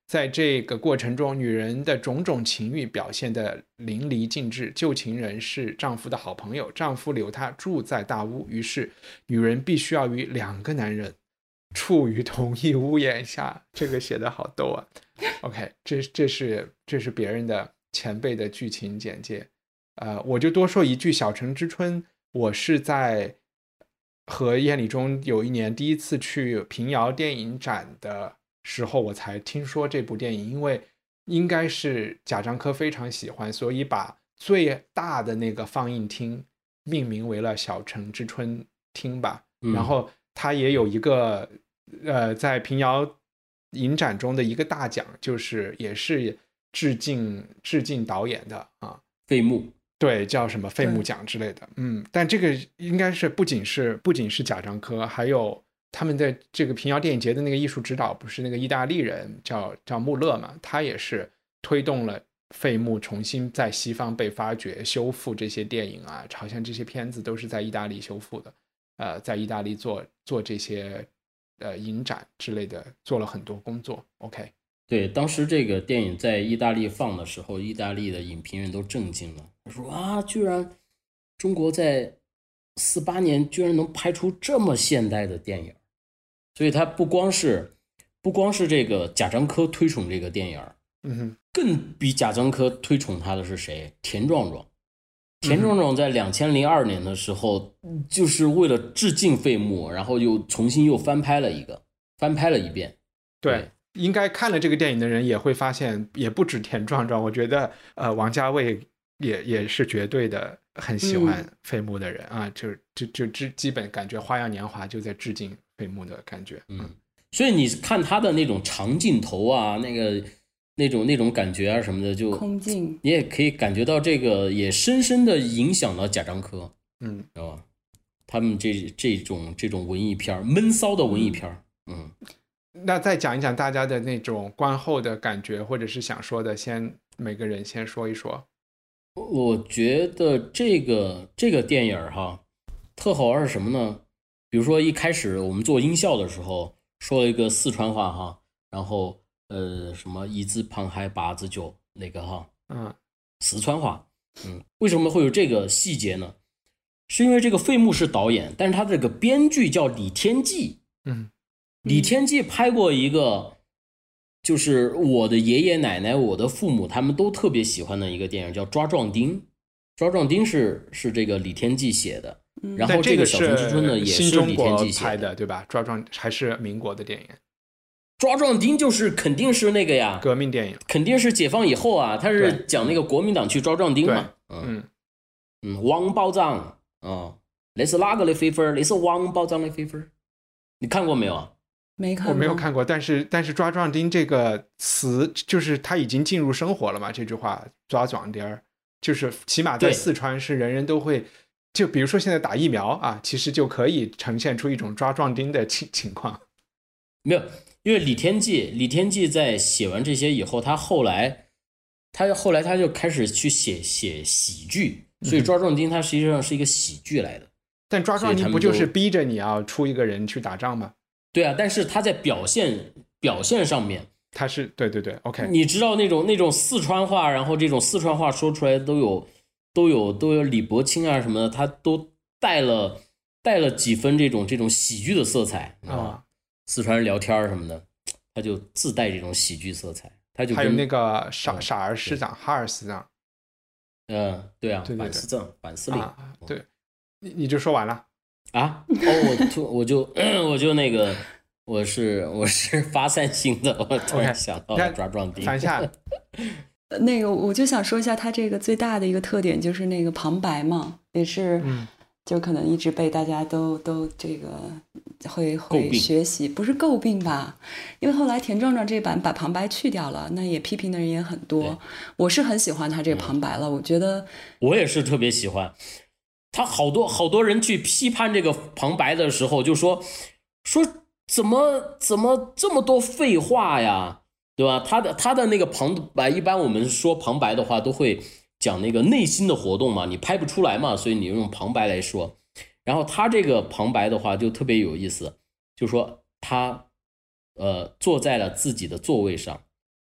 在这个过程中，女人的种种情欲表现得淋漓尽致。旧情人是丈夫的好朋友，丈夫留她住在大屋，于是女人必须要与两个男人处于同一屋檐下。这个写得好逗啊。OK， 这这是这是别人的前辈的剧情简介。呃，我就多说一句，《小城之春》，我是在和燕礼中有一年第一次去平遥电影展的时候我才听说这部电影，因为应该是贾樟柯非常喜欢，所以把最大的那个放映厅命名为了小城之春厅吧、嗯、然后他也有一个呃，在平遥影展中的一个大奖，就是也是致敬致敬导演的啊， 费穆， 对，叫什么费穆奖之类的。嗯，但这个应该是不仅是不仅是贾樟柯，还有他们的这个平遥电影节的那个艺术指导不是那个意大利人叫叫穆勒嘛，他也是推动了费穆重新在西方被发掘修复这些电影啊，好像这些片子都是在意大利修复的，呃，在意大利做做这些呃影展之类的，做了很多工作。 OK， 对，当时这个电影在意大利放的时候，意大利的影评人都震惊了，他说啊，居然中国在四八年居然能拍出这么现代的电影。所以他不光是不光是这个贾樟柯推崇这个电影， 嗯哼， 更比贾樟柯推崇他的是谁？田壮壮。田壮壮在两千零二年的时候，就是为了致敬费穆，然后又重新又翻拍了一个，翻拍了一遍。 对，对，应该看了这个电影的人也会发现，也不止田壮壮，我觉得呃，王家卫也也是绝对的很喜欢费穆的人、嗯、啊，就就就就基本感觉《花样年华》就在致敬费穆的感觉。 嗯，所以你看他的那种长镜头啊，那个那种那种感觉啊什么的，就空镜， 你也可以感觉到这个也深深的影响了贾樟柯。 嗯， 知道吧？他们这这种这种文艺片，闷骚的文艺片。嗯， 那再讲一讲大家的那种观后的感觉，或者是想说的，先每个人先说一说。 我觉得这个这个电影哈，特好玩是什么呢？比如说一开始我们做音效的时候说了一个四川话哈，然后呃什么一字旁还八字九那个哈， 嗯， 四川话，嗯，为什么会有这个细节呢？是因为这个费穆是导演，但是他这个编剧叫李天纪， 嗯， 李天纪拍过一个，就是我的爷爷奶奶、我的父母他们都特别喜欢的一个电影，叫《抓壮丁》。抓壮丁是是这个李天纪写的，嗯、然后这个《小城之春》呢也是李天纪写的，对吧？抓壮还是民国的电影。 抓壮丁就是肯定是那个呀， 革命电影， 肯定是解放以后啊，他是讲那个国民党去抓壮丁嘛。 嗯嗯，王保长啊，那是哪个的飞分？那是王保长的飞分。你看过没有啊？ 没看过， 我没有看过，但是但是抓壮丁这个词，就是它已经进入生活了嘛。这句话抓壮丁儿，就是起码在四川是人人都会，就比如说现在打疫苗啊，其实就可以呈现出一种抓壮丁的情情况。 没有，因为李天纪，李天纪在写完这些以后，他后来他后来他就开始去写写喜剧，所以抓壮丁它实际上是一个喜剧来的。 但抓壮丁不就是逼着你要出一个人去打仗吗？ 对啊，但是他在表现表现上面， 他是对对对 ，OK。 你知道那种那种四川话，然后这种四川话说出来都有都有都有李伯清啊什么的，他都带了带了几分这种这种喜剧的色彩，你知道吗？四川人聊天什么的，他就自带这种喜剧色彩。他就还有那个傻傻儿师长、哈尔师长， 嗯，对啊， 对对对反司政、反司令， 啊、对，你你就说完了啊？哦，我突我就我就那个，我是我是发散性的，我突然想到了抓壮丁。 反下， 那个我就想说一下，他这个最大的一个特点就是那个旁白嘛，也是， 嗯， 就可能一直被大家都都这个会会学习，不是诟病吧？因为后来田壮壮这版把旁白去掉了，那也批评的人也很多。我是很喜欢他这个旁白了，嗯、我觉得我也是特别喜欢。他好多好多人去批判这个旁白的时候，就说说怎么怎么这么多废话呀，对吧？他的他的那个旁白，一般我们说旁白的话都会讲那个内心的活动嘛，你拍不出来嘛，所以你用旁白来说。然后他这个旁白的话就特别有意思，就说他呃坐在了自己的座位上，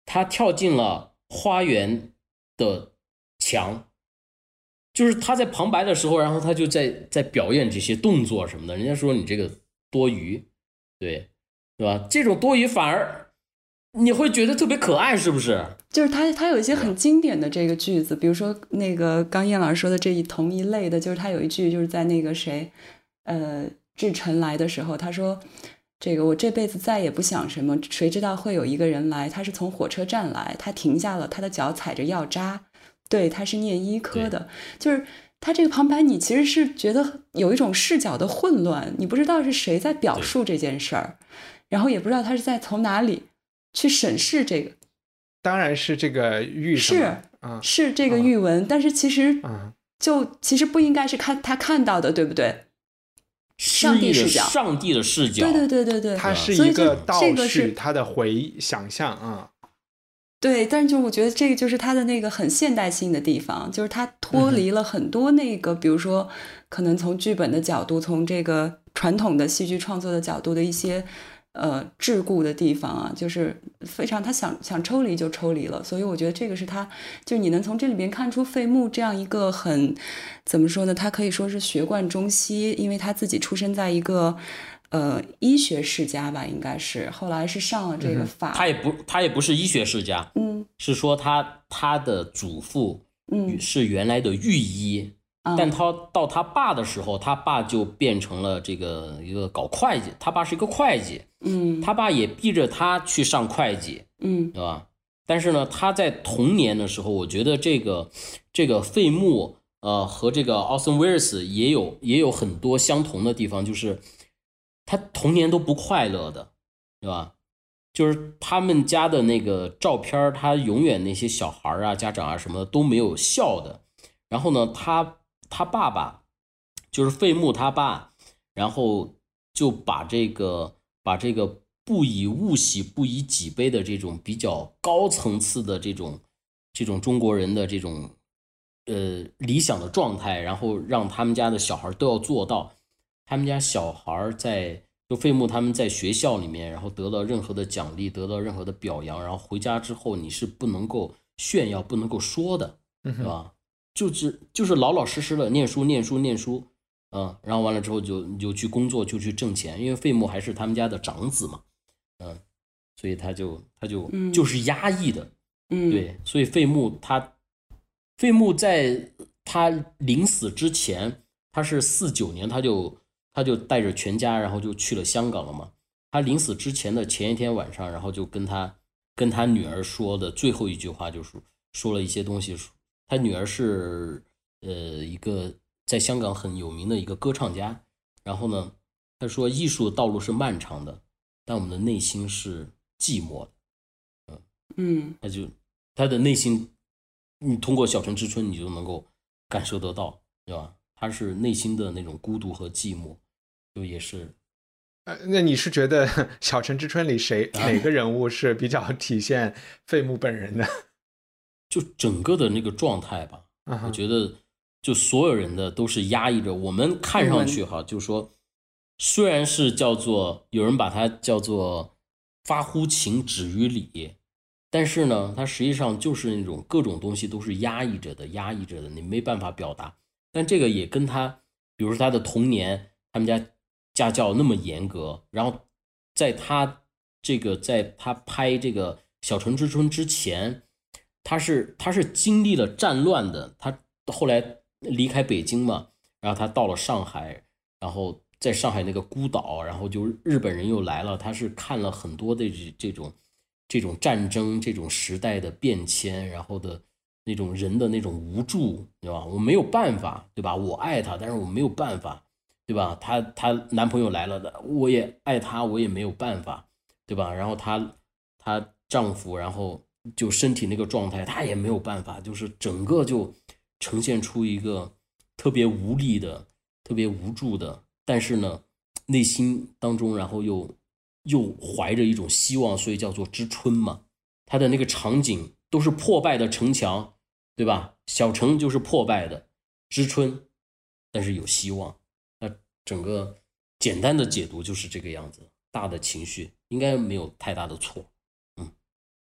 他跳进了花园的墙，就是他在旁白的时候，然后他就在在表演这些动作什么的，人家说你这个多余，对对吧？这种多余反而你会觉得特别可爱，是不是？ 就是他他有一些很经典的这个句子，比如说那个刚燕老师说的这一同一类的，就是他有一句就是在那个谁呃志晨来的时候，他说这个我这辈子再也不想什么，谁知道会有一个人来，他是从火车站来，他停下了，他的脚踩着药渣，对，他是念医科的，就是他这个旁白你其实是觉得有一种视角的混乱，你不知道是谁在表述这件事儿，然后也不知道他是在从哪里去审视这个， 当然是这个玉是、 嗯、 是这个玉文、嗯、但是其实就、嗯、其实不应该是看他看到的，对不对？上帝视角， 上帝的视角， 对对对对对， 它是一个倒叙，他的回想象啊。 对，但是就我觉得这个就是他的那个很现代性的地方，就是他脱离了很多那个、嗯、比如说可能从剧本的角度，从这个传统的戏剧创作的角度的一些呃桎梏的地方啊，就是非常他想想抽离就抽离了，所以我觉得这个是他就你能从这里边看出费穆这样一个很怎么说呢，他可以说是学贯中西，因为他自己出生在一个呃医学世家吧，应该是后来是上了这个法、嗯、 他也不他也不是医学世家， 嗯， 是说他他的祖父嗯是原来的御医、嗯、但他到他爸的时候，他爸就变成了这个一个搞会计，他爸是一个会计， 嗯， 他爸也逼着他去上会计， 嗯， 对吧？但是呢，他在童年的时候，我觉得这个这个费穆呃和这个奥森威尔斯也有也有很多相同的地方，就是他童年都不快乐的，对吧？就是他们家的那个照片，他永远那些小孩啊、家长啊什么的都没有笑的。然后呢，他他爸爸就是费穆他爸，然后就把这个把这个不以物喜，不以己悲的这种比较高层次的这种这种中国人的这种呃理想的状态，然后让他们家的小孩都要做到。他们家小孩在就费穆他们在学校里面，然后得到任何的奖励，得到任何的表扬，然后回家之后你是不能够炫耀，不能够说的，对吧？就是就是老老实实的念书念书念书，嗯，然后完了之后就就去工作，就去挣钱，因为费穆还是他们家的长子嘛，嗯，所以他就他就、嗯、就是压抑的， 嗯， 对，所以费穆他费穆在他临死之前，他是四九年他就他就带着全家，然后就去了香港了嘛。他临死之前的前一天晚上，然后就跟他跟他女儿说的最后一句话，就是说了一些东西。他女儿是呃一个在香港很有名的一个歌唱家，然后呢，他说艺术的道路是漫长的，但我们的内心是寂寞的。嗯嗯， 他就他的内心，你通过《小城之春》你就能够感受得到，对吧？他是内心的那种孤独和寂寞，就也是。 呃，那你是觉得《小城之春》里谁、啊、哪个人物是比较体现费穆本人的？ 就整个的那个状态吧， uh-huh. 我觉得就所有人的都是压抑着。我们看上去哈，就是说，虽然是叫做有人把它叫做发乎情止于礼，但是呢，它实际上就是那种各种东西都是压抑着的，压抑着的，你没办法表达。但这个也跟他，比如说他的童年，他们家家教那么严格，然后在他这个在他拍这个《小城之春》之前，他是他是经历了战乱的，他后来离开北京嘛，然后他到了上海，然后在上海那个孤岛，然后就日本人又来了，他是看了很多的这种这种战争，这种时代的变迁，然后的那种人的那种无助，对吧？我没有办法，对吧？我爱他，但是我没有办法，对吧？他他男朋友来了的，我也爱他，我也没有办法，对吧？然后他她丈夫，然后就身体那个状态，她也没有办法，就是整个就呈现出一个特别无力的、特别无助的，但是呢，内心当中然后又又怀着一种希望，所以叫做知春嘛。她的那个场景都是破败的城墙，对吧？小城就是破败的，知春，但是有希望。那整个简单的解读就是这个样子，大的情绪应该没有太大的错。嗯，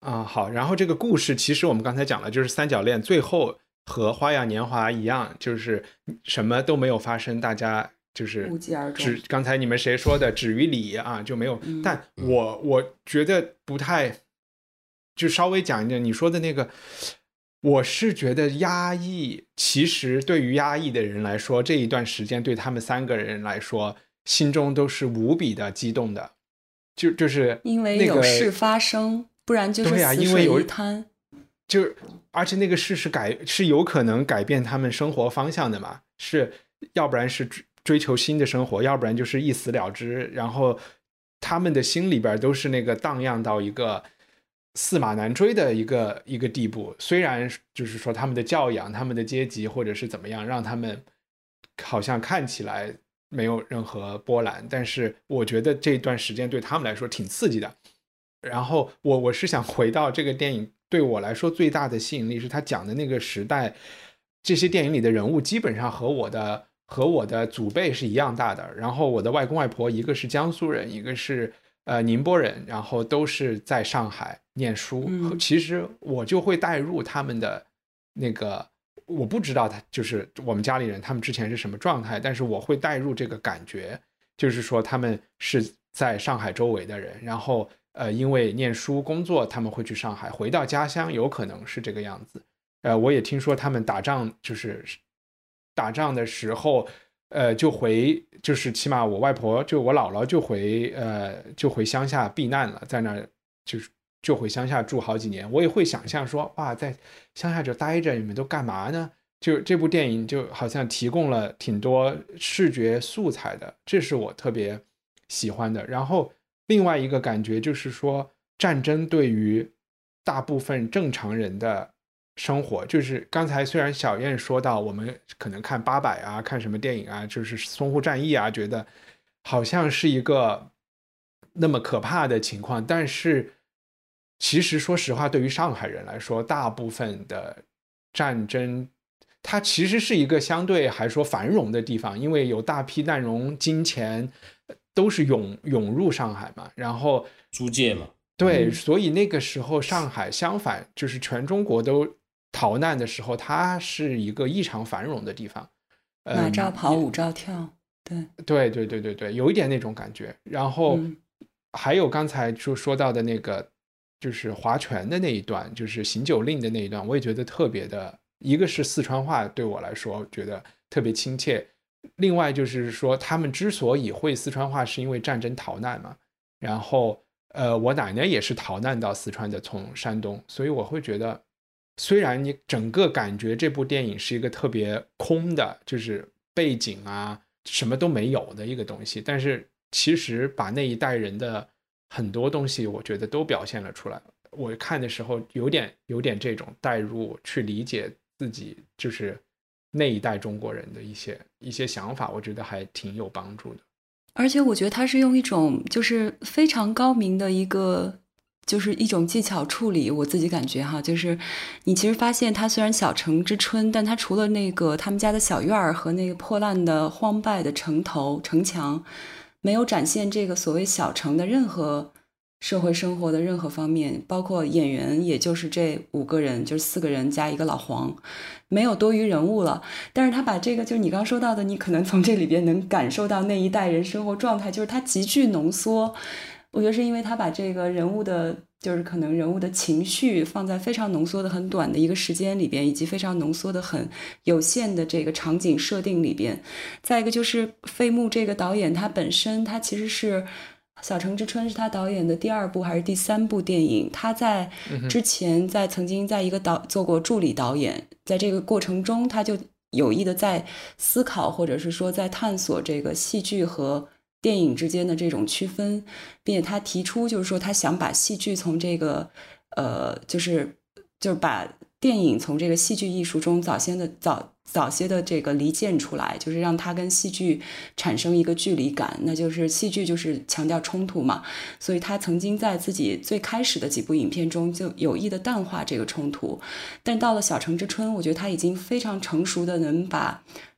啊，好，然后这个故事其实我们刚才讲了，就是三角恋最后和《花样年华》一样，就是什么都没有发生，大家就是无疾而终。 只刚才你们谁说的止于礼啊，就没有。 嗯、 但我我觉得不太，就稍微讲一点你说的那个，我是觉得压抑，其实对于压抑的人来说，这一段时间对他们三个人来说，心中都是无比的激动的，就就是因为有事发生。不然就是死水一滩， 就而且那个事是改是有可能改变他们生活方向的嘛，是要不然是追求新的生活，要不然就是一死了之，然后他们的心里边都是那个荡漾到一个驷马难追的一个一个地步。虽然就是说他们的教养、他们的阶级或者是怎么样，让他们好像看起来没有任何波澜，但是我觉得这段时间对他们来说挺刺激的。然后我我是想回到这个电影对我来说最大的吸引力是他讲的那个时代，这些电影里的人物基本上和我的和我的祖辈是一样大的。然后我的外公外婆一个是江苏人，一个是呃宁波人，然后都是在上海念书。 嗯、 其实我就会带入他们的那个，我不知道他就是我们家里人他们之前是什么状态，但是我会带入这个感觉，就是说他们是在上海周围的人，然后呃，因为念书工作他们会去上海，回到家乡有可能是这个样子。呃，我也听说他们打仗就是打仗的时候呃，就回就是起码我外婆就我姥姥就回呃就回乡下避难了，在那儿就是就回乡下住好几年。我也会想象说哇，在乡下就待着，你们都干嘛呢？就这部电影就好像提供了挺多视觉素材的，这是我特别喜欢的。然后另外一个感觉就是说，战争对于大部分正常人的生活，就是刚才虽然小燕说到我们可能看八佰啊，看什么电影啊，就是淞沪战役啊，觉得好像是一个那么可怕的情况，但是其实说实话，对于上海人来说，大部分的战争它其实是一个相对还说繁荣的地方，因为有大批难民金钱都是涌涌入上海嘛，然后租界嘛， 对、嗯，所以那个时候上海相反，就是全中国都逃难的时候，它是一个异常繁荣的地方。 马照跑，舞照跳，对对对对对对，有一点那种感觉。然后、嗯、还有刚才就说到的那个，就是划拳的那一段，就是行酒令的那一段，我也觉得特别的。一个是四川话对我来说觉得特别亲切，另外就是说他们之所以会四川话是因为战争逃难嘛，然后呃，我奶奶也是逃难到四川的，从山东，所以我会觉得虽然你整个感觉这部电影是一个特别空的，就是背景啊什么都没有的一个东西，但是其实把那一代人的很多东西我觉得都表现了出来。我看的时候有点有点这种带入，去理解自己就是那一代中国人的一些一些想法，我觉得还挺有帮助的。 而且我觉得他是用一种就是非常高明的一个就是一种技巧处理，我自己感觉哈，就是你其实发现他虽然小城之春，但他除了那个他们家的小院儿和那个破烂的荒败的城头城墙，没有展现这个所谓小城的任何社会生活的任何方面，包括演员也就是这五个人，就是四个人加一个老黄，没有多余人物了。但是他把这个就是你刚说到的，你可能从这里边能感受到那一代人生活状态，就是他急剧浓缩。我觉得是因为他把这个人物的就是可能人物的情绪放在非常浓缩的很短的一个时间里边，以及非常浓缩的很有限的这个场景设定里边。再一个就是费穆这个导演他本身他其实是小城之春是他导演的第二部还是第三部电影，他在之前在曾经在一个导做过助理导演，在这个过程中他就有意的在思考或者是说在探索这个戏剧和电影之间的这种区分，并且他提出就是说他想把戏剧从这个呃就是就是把电影从这个戏剧艺术中早先的早早些的这个离间出来，就是让它跟戏剧产生一个距离感，那就是戏剧就是强调冲突嘛，所以他曾经在自己最开始的几部影片中就有意的淡化这个冲突，但到了小城之春，我觉得他已经非常成熟的能把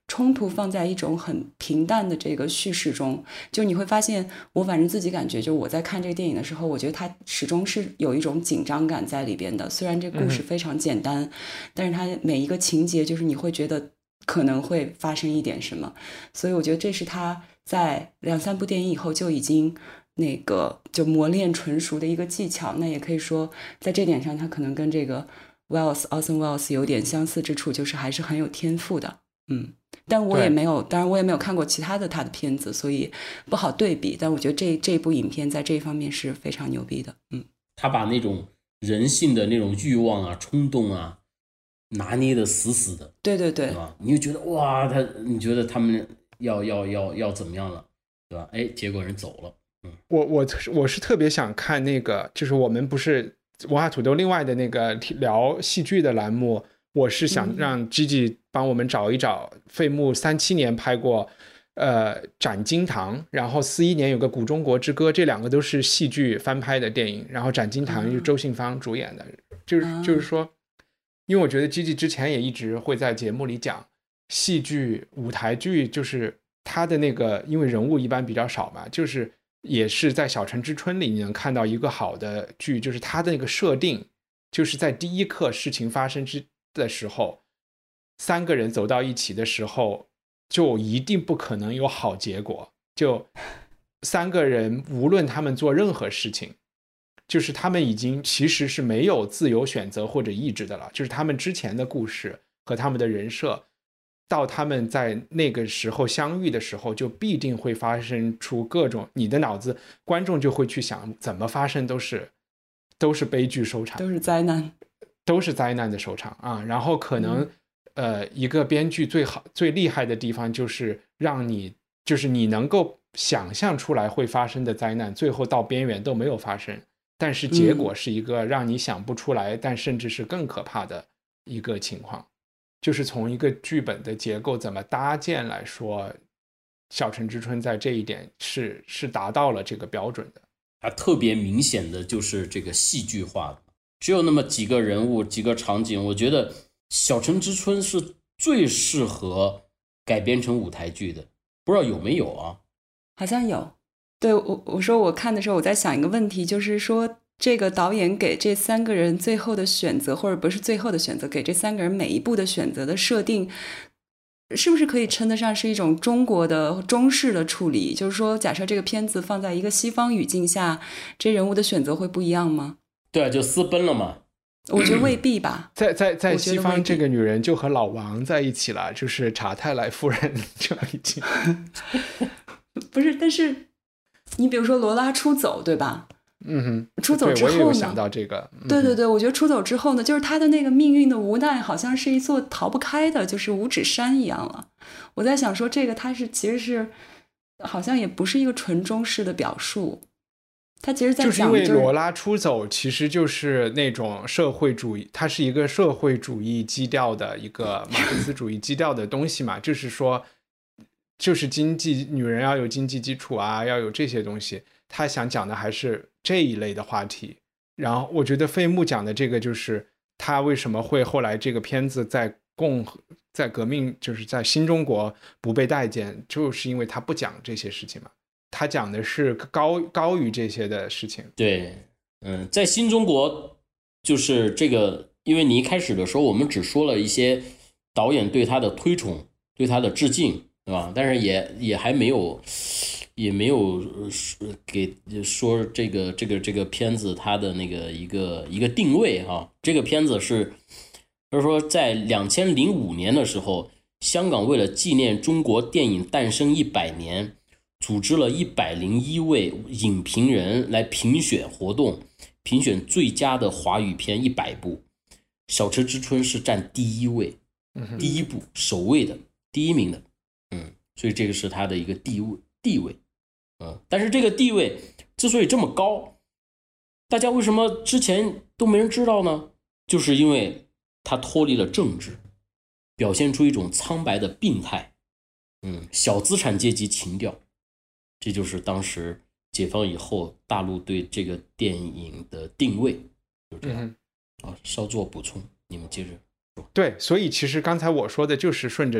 冲突放在一种很平淡的这个叙事中，就你会发现，我反正自己感觉，就我在看这个电影的时候，我觉得它始终是有一种紧张感在里边的。虽然这故事非常简单，嗯、但是它每一个情节，就是你会觉得可能会发生一点什么，所以我觉得这是他在两三部电影以后就已经那个就磨练纯熟的一个技巧。那也可以说，在这点上，他可能跟这个 Welles Orson Welles 有点相似之处，就是还是很有天赋的。嗯。但我也没有，当然我也没有看过其他的他的片子，所以不好对比。但我觉得这这部影片在这方面是非常牛逼的。嗯， 他把那种人性的那种欲望啊、冲动啊拿捏的死死的。 对对对， 对吧？你就觉得哇，他你觉得他们要要要要怎么样了，对吧？哎，结果人走了。嗯， 我我我是特别想看那个，就是我们不是文化土豆另外的那个聊戏剧的栏目。我是想让 Gigi 帮我们找一找，费穆三七年拍过呃《斩金堂》，然后四一年有个《古中国之歌》，这两个都是戏剧翻拍的电影，然后《斩金堂》是周信芳主演的。就是就是说，因为我觉得 Gigi 之前也一直会在节目里讲戏剧舞台剧，就是他的那个，因为人物一般比较少嘛，就是也是在《小城之春》里你能看到一个好的剧，就是他的那个设定，就是在第一刻事情发生之的时候，三个人走到一起的时候，就一定不可能有好结果。就三个人无论他们做任何事情，就是他们已经其实是没有自由选择或者意志的了，就是他们之前的故事和他们的人设，到他们在那个时候相遇的时候，就必定会发生出各种，你的脑子观众就会去想怎么发生都是都是悲剧收场， 都是灾难， 都是灾难的收场啊。然后可能、嗯、呃一个编剧最好最厉害的地方就是让你就是你能够想象出来会发生的灾难，最后到边缘都没有发生，但是结果是一个让你想不出来、嗯、但甚至是更可怕的一个情况。就是从一个剧本的结构怎么搭建来说，小城之春在这一点是是达到了这个标准的。 它特别明显的就是这个戏剧化的，只有那么几个人物几个场景，我觉得小城之春是最适合改编成舞台剧的，不知道有没有啊？ 好像有。对，我我说我看的时候我在想一个问题，就是说这个导演给这三个人最后的选择，或者不是最后的选择，给这三个人每一步的选择的设定，是不是可以称得上是一种中国的中式的处理？就是说假设这个片子放在一个西方语境下，这人物的选择会不一样吗？ 对啊，就私奔了嘛。 我觉得未必吧。 在在在西方，这个女人就和老王在一起了，就是查泰莱夫人就已经不是，但是你比如说罗拉出走，对吧？ 嗯哼， 出走之后呢， 我也有想到这个、嗯、 对对对，我觉得出走之后呢，就是他的那个命运的无奈好像是一座逃不开的，就是五指山一样了。我在想说这个他是其实是好像也不是一个纯中式的表述，他其实在讲、就是、 就是因为罗拉出走其实就是那种社会主义，它是一个社会主义基调的一个马克思主义基调的东西嘛，就是说就是经济，女人要有经济基础啊，要有这些东西，他想讲的还是这一类的话题。然后我觉得费穆讲的这个就是他为什么会后来这个片子在共和在革命就是在新中国不被待见，就是因为他不讲这些事情嘛，他讲的是高高于这些的事情。 对，嗯，在新中国就是这个，因为你一开始的时候我们只说了一些导演对他的推崇，对他的致敬，对吧？但是也也还没有也没有给说这个这个这个片子它的那个一个一个定位哈。这个片子是就是说在两千零五年的时候，香港为了纪念中国电影诞生一百年，组织了一百零一位影评人来评选活动，评选最佳的华语片一百部，小城之春是占第一位，第一部首位的第一名的。嗯，所以这个是他的一个地位地位，嗯，但是这个地位之所以这么高，大家为什么之前都没人知道呢？就是因为他脱离了政治，表现出一种苍白的病态，嗯，小资产阶级情调，这就是当时解放以后大陆对这个电影的定位，就这样。嗯、啊，稍作补充，你们接着说。 对，所以其实刚才我说的就是顺着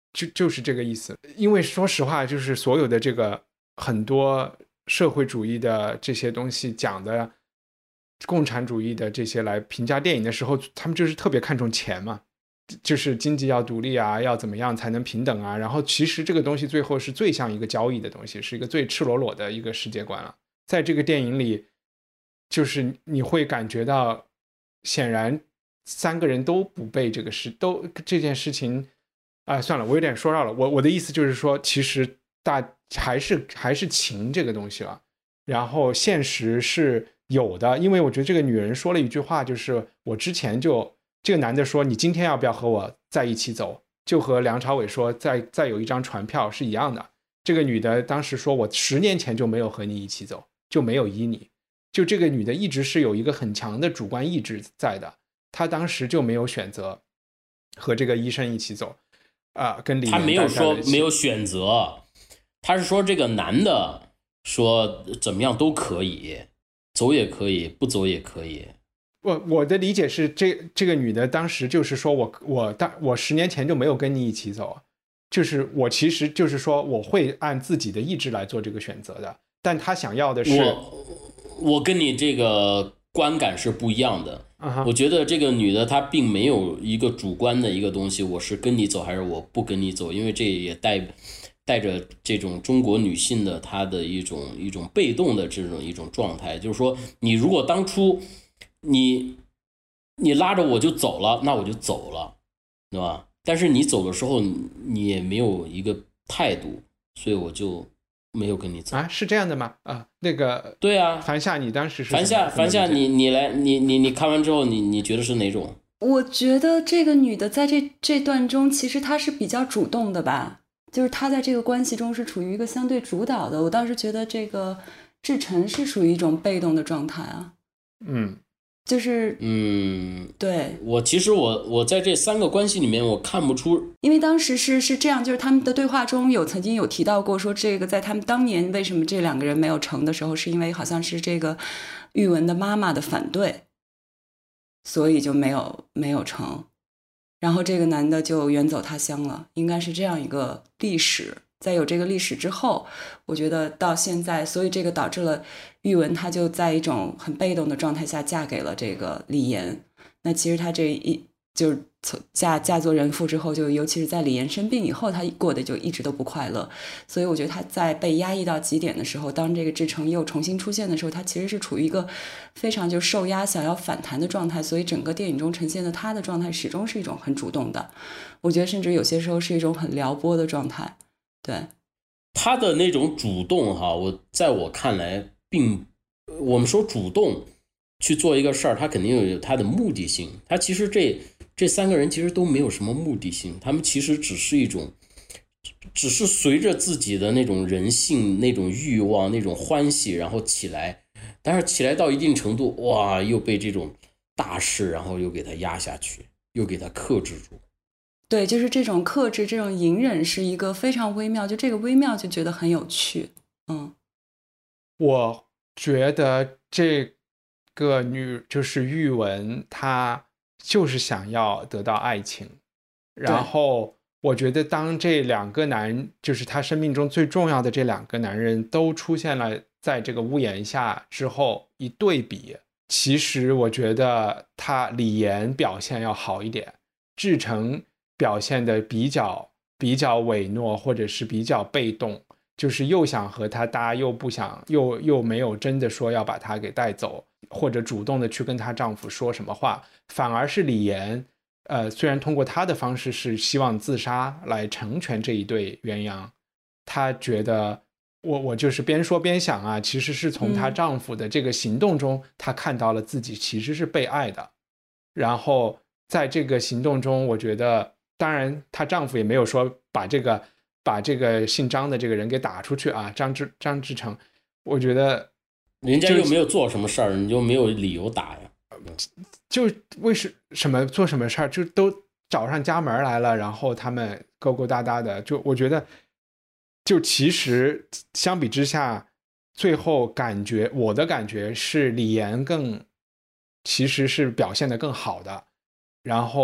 就就是这个意思。因为说实话，就是所有的这个很多社会主义的这些东西讲的共产主义的这些来评价电影的时候，他们就是特别看重钱嘛，就是经济要独立啊，要怎么样才能平等啊，然后其实这个东西最后是最像一个交易的东西，是一个最赤裸裸的一个世界观了。在这个电影里，就是你会感觉到显然三个人都不被这个事都这件事情啊、呃，算了，我有点说绕了。我我的意思就是说，其实大还是还是情这个东西了，然后现实是有的。因为我觉得这个女人说了一句话，就是我之前就这个男的说你今天要不要和我在一起走，就和梁朝伟说再再有一张船票是一样的。这个女的当时说我十年前就没有和你一起走，就没有依你。就这个女的一直是有一个很强的主观意志在的，她当时就没有选择和这个医生一起走啊、呃，跟李岩他没有说没有选择，他是说这个男的说怎么样都可以，走也可以，不走也可以。 我我的理解是这这个女的当时就是说我我当我十年前就没有跟你一起走，就是我其实就是说我会按自己的意志来做这个选择的，但她想要的是我我跟你这个观感是不一样的。 Uh-huh. 我觉得这个女的她并没有一个主观的一个东西，我是跟你走还是我不跟你走，因为这也带带着这种中国女性的她的一种一种被动的这种一种状态，就是说你如果当初你你拉着我就走了，那我就走了，对吧？但是你走的时候你也没有一个态度，所以我就没有跟你走啊，是这样的吗？啊，那个对啊， 樊夏，你当时是樊夏，樊夏，你你来，你你你看完之后，你你觉得是哪种？ 我觉得这个女的在这这段中，其实她是比较主动的吧，就是她在这个关系中是处于一个相对主导的。我倒是觉得这个志成是属于一种被动的状态啊。 嗯， 就是嗯， 对， 我其实我我在这三个关系里面我看不出， 因为当时是是这样，就是他们的对话中有曾经有提到过说，这个在他们当年为什么这两个人没有成的时候，是因为好像是这个玉文的妈妈的反对，所以就没有没有成，然后这个男的就远走他乡了，应该是这样一个历史。在有这个历史之后，我觉得到现在，所以这个导致了玉文她就在一种很被动的状态下嫁给了这个李岩。那其实她这一就是嫁嫁做人妇之后，就尤其是在李岩生病以后，她过得就一直都不快乐。所以我觉得她在被压抑到极点的时候，当这个志成又重新出现的时候，她其实是处于一个非常就受压想要反弹的状态。所以整个电影中呈现的她的状态始终是一种很主动的，我觉得甚至有些时候是一种很撩拨的状态。对， 他的那种主动哈，我在我看来并我们说主动去做一个事儿，他肯定有他的目的性。他其实这这三个人其实都没有什么目的性，他们其实只是一种只是随着自己的那种人性那种欲望那种欢喜然后起来，但是起来到一定程度，哇，又被这种大事然后又给他压下去，又给他克制住。 对，就是这种克制，这种隐忍是一个非常微妙，就这个微妙就觉得很有趣。嗯， 我觉得这个女就是玉文，她就是想要得到爱情，然后我觉得当这两个男，就是她生命中最重要的这两个男人都出现了在这个屋檐下之后，一对比，其实我觉得他李岩表现要好一点，志成表现的比较比较委诺，或者是比较被动，就是又想和他搭，又不想，又又没有真的说要把他给带走，或者主动的去跟她丈夫说什么话，反而是李岩，呃，虽然通过他的方式是希望自杀来成全这一对鸳鸯，她觉得我我就是边说边想啊，其实是从她丈夫的这个行动中，她、嗯、看到了自己其实是被爱的，然后在这个行动中，我觉得。当然她丈夫也没有说把这个把这个姓张的这个人给打出去啊，张志张志成，我觉得人家又没有做什么事儿，你就没有理由打呀。 就为什么做什么事儿就都找上家门来了，然后他们勾勾搭搭的，就我觉得就其实相比之下，最后感觉我的感觉是李岩更其实是表现得更好的，然后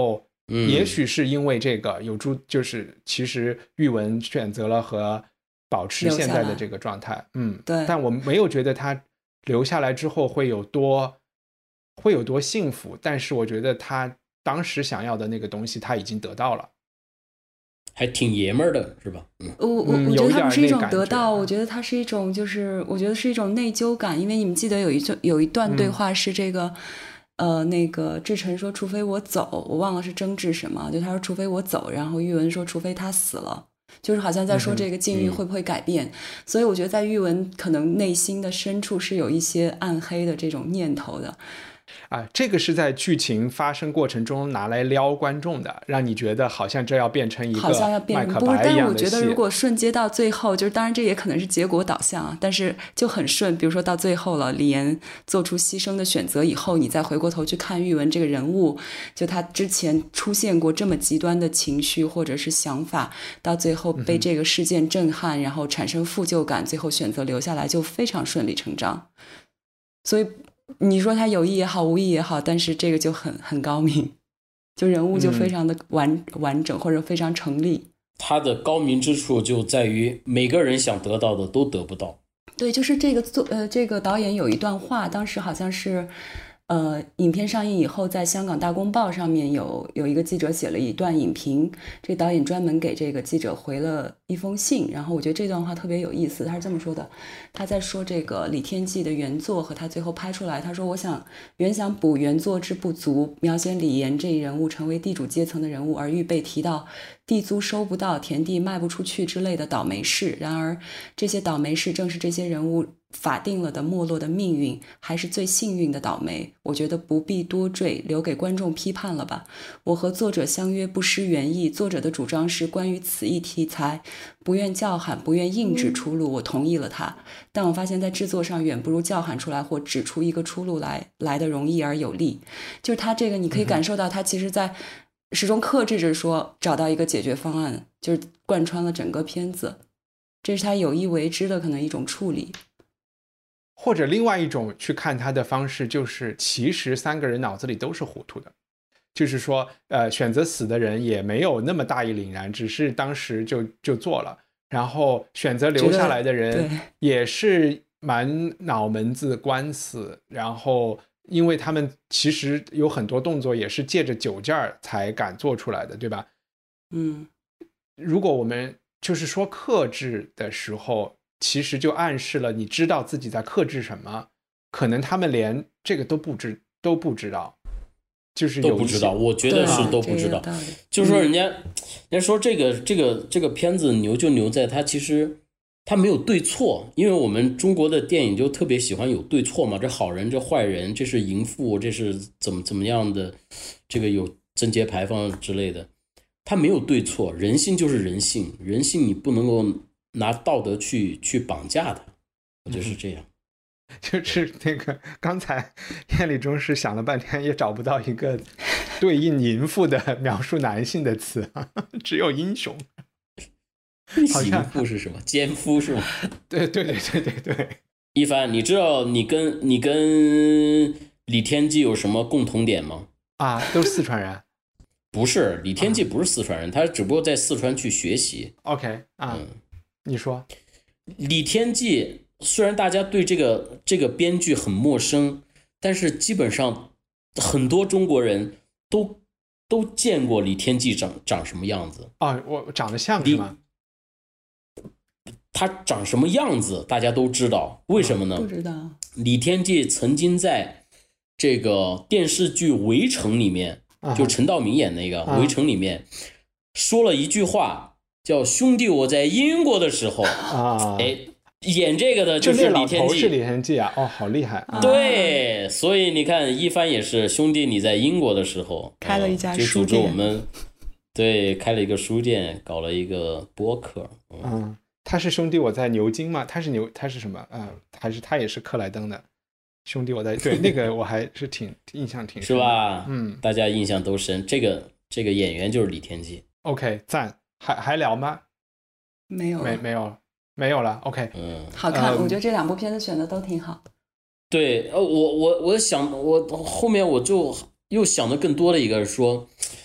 嗯， 也许是因为这个有助，就是其实玉文选择了和保持现在的这个状态，嗯， 对， 但我没有觉得他留下来之后会有多会有多幸福，但是我觉得他当时想要的那个东西他已经得到了。 还挺爷们儿的是吧？ 嗯，我我我觉得它不是一种得到，我觉得它是一种就是我觉得是一种内疚感，因为你们记得有一有一段对话是这个、嗯、呃那个志晨说除非我走，我忘了是争执什么，就他说除非我走，然后玉文说除非他死了，就是好像在说这个境遇会不会改变、嗯、所以我觉得在玉文可能内心的深处是有一些暗黑的这种念头的。 啊，这个是在剧情发生过程中拿来撩观众的，让你觉得好像这要变成一个好像要变麦克白一样的戏。 但是我觉得如果顺接到最后，就是当然这也可能是结果导向啊，但是就很顺。比如说到最后了，李岩做出牺牲的选择以后，你再回过头去看玉文这个人物，就他之前出现过这么极端的情绪或者是想法，到最后被这个事件震撼，嗯、然后产生负疚感，最后选择留下来，就非常顺理成章。所以你说他有意也好无意也好，但是这个就很很高明，就人物就非常的完、嗯、完整或者非常成立。 他的高明之处就在于每个人想得到的都得不到。 对，就是这个作呃这个导演有一段话，当时好像是呃，影片上映以后，在香港大公报上面有有一个记者写了一段影评，这个导演专门给这个记者回了一封信，然后我觉得这段话特别有意思，他是这么说的，他在说这个李天记的原作和他最后拍出来，他说我想原想补原作之不足，描写李岩这一人物成为地主阶层的人物，而预备提到地租收不到，田地卖不出去之类的倒霉事，然而这些倒霉事正是这些人物法定了的没落的命运，还是最幸运的倒霉，我觉得不必多赘，留给观众批判了吧。我和作者相约不失原意，作者的主张是关于此一题材不愿叫喊，不愿硬指出路，我同意了他，但我发现在制作上远不如叫喊出来或指出一个出路来来的容易而有力。就是他这个你可以感受到他其实在始终克制着说找到一个解决方案，就是贯穿了整个片子，这是他有意为之的可能一种处理。 或者另外一种去看他的方式，就是其实三个人脑子里都是糊涂的，就是说呃，选择死的人也没有那么大义凛然，只是当时就就做了，然后选择留下来的人也是满脑门子官司，然后因为他们其实有很多动作也是借着酒劲儿才敢做出来的，对吧？ 嗯， 如果我们就是说克制的时候，其实就暗示了你知道自己在克制什么，可能他们连这个都不知都不知道，就是有都不知道，我觉得是都不知道。就是说人家、嗯、人家说这个这个这个片子牛就牛在它其实它没有对错，因为我们中国的电影就特别喜欢有对错嘛，这好人这坏人，这是淫妇，这是怎么怎么样的，这个有贞节牌坊之类的，它没有对错，人性就是人性，人性你不能够拿道德去去绑架它，我觉得是这样。 就是那个刚才燕礼中是想了半天也找不到一个对应淫妇的描述男性的词，只有英雄。 好像淫妇是什么？奸夫是吗？ 对对对对对对。 一帆，你知道你跟你跟李天记有什么共同点吗？ 啊，都是四川人。 不是，李天记不是四川人，啊、他只不过在四川去学习。 OK 啊，嗯、你说， 李天记虽然大家对这个这个编剧很陌生，但是基本上很多中国人都都见过李天记长长什么样子。 哦，我长得像是吗？ 他长什么样子大家都知道，为什么呢？ 不知道。 李天记曾经在这个电视剧《围城》里面，就陈道明演那个《围城》里面说了一句话，叫兄弟我在英国的时候啊，哎，演这个的就是李天记。 是李天记啊，哦，好厉害。 对，所以你看一帆也是兄弟你在英国的时候开了一家书店，就组织我们对开了一个书店，搞了一个播客。 嗯，嗯他是兄弟我在牛津吗？他是牛他是什么啊、呃？还是他也是克莱登的兄弟我在对那个我还是挺印象挺深是吧？嗯，大家印象都深。这个这个演员就是李天记。 OK， 赞。还还聊吗？ 没有， 没没有没有了。OK， 嗯， 好看、呃。我觉得这两部片子选的都挺好。 对，呃，我我我想我后面我就又想的更多的一个是说，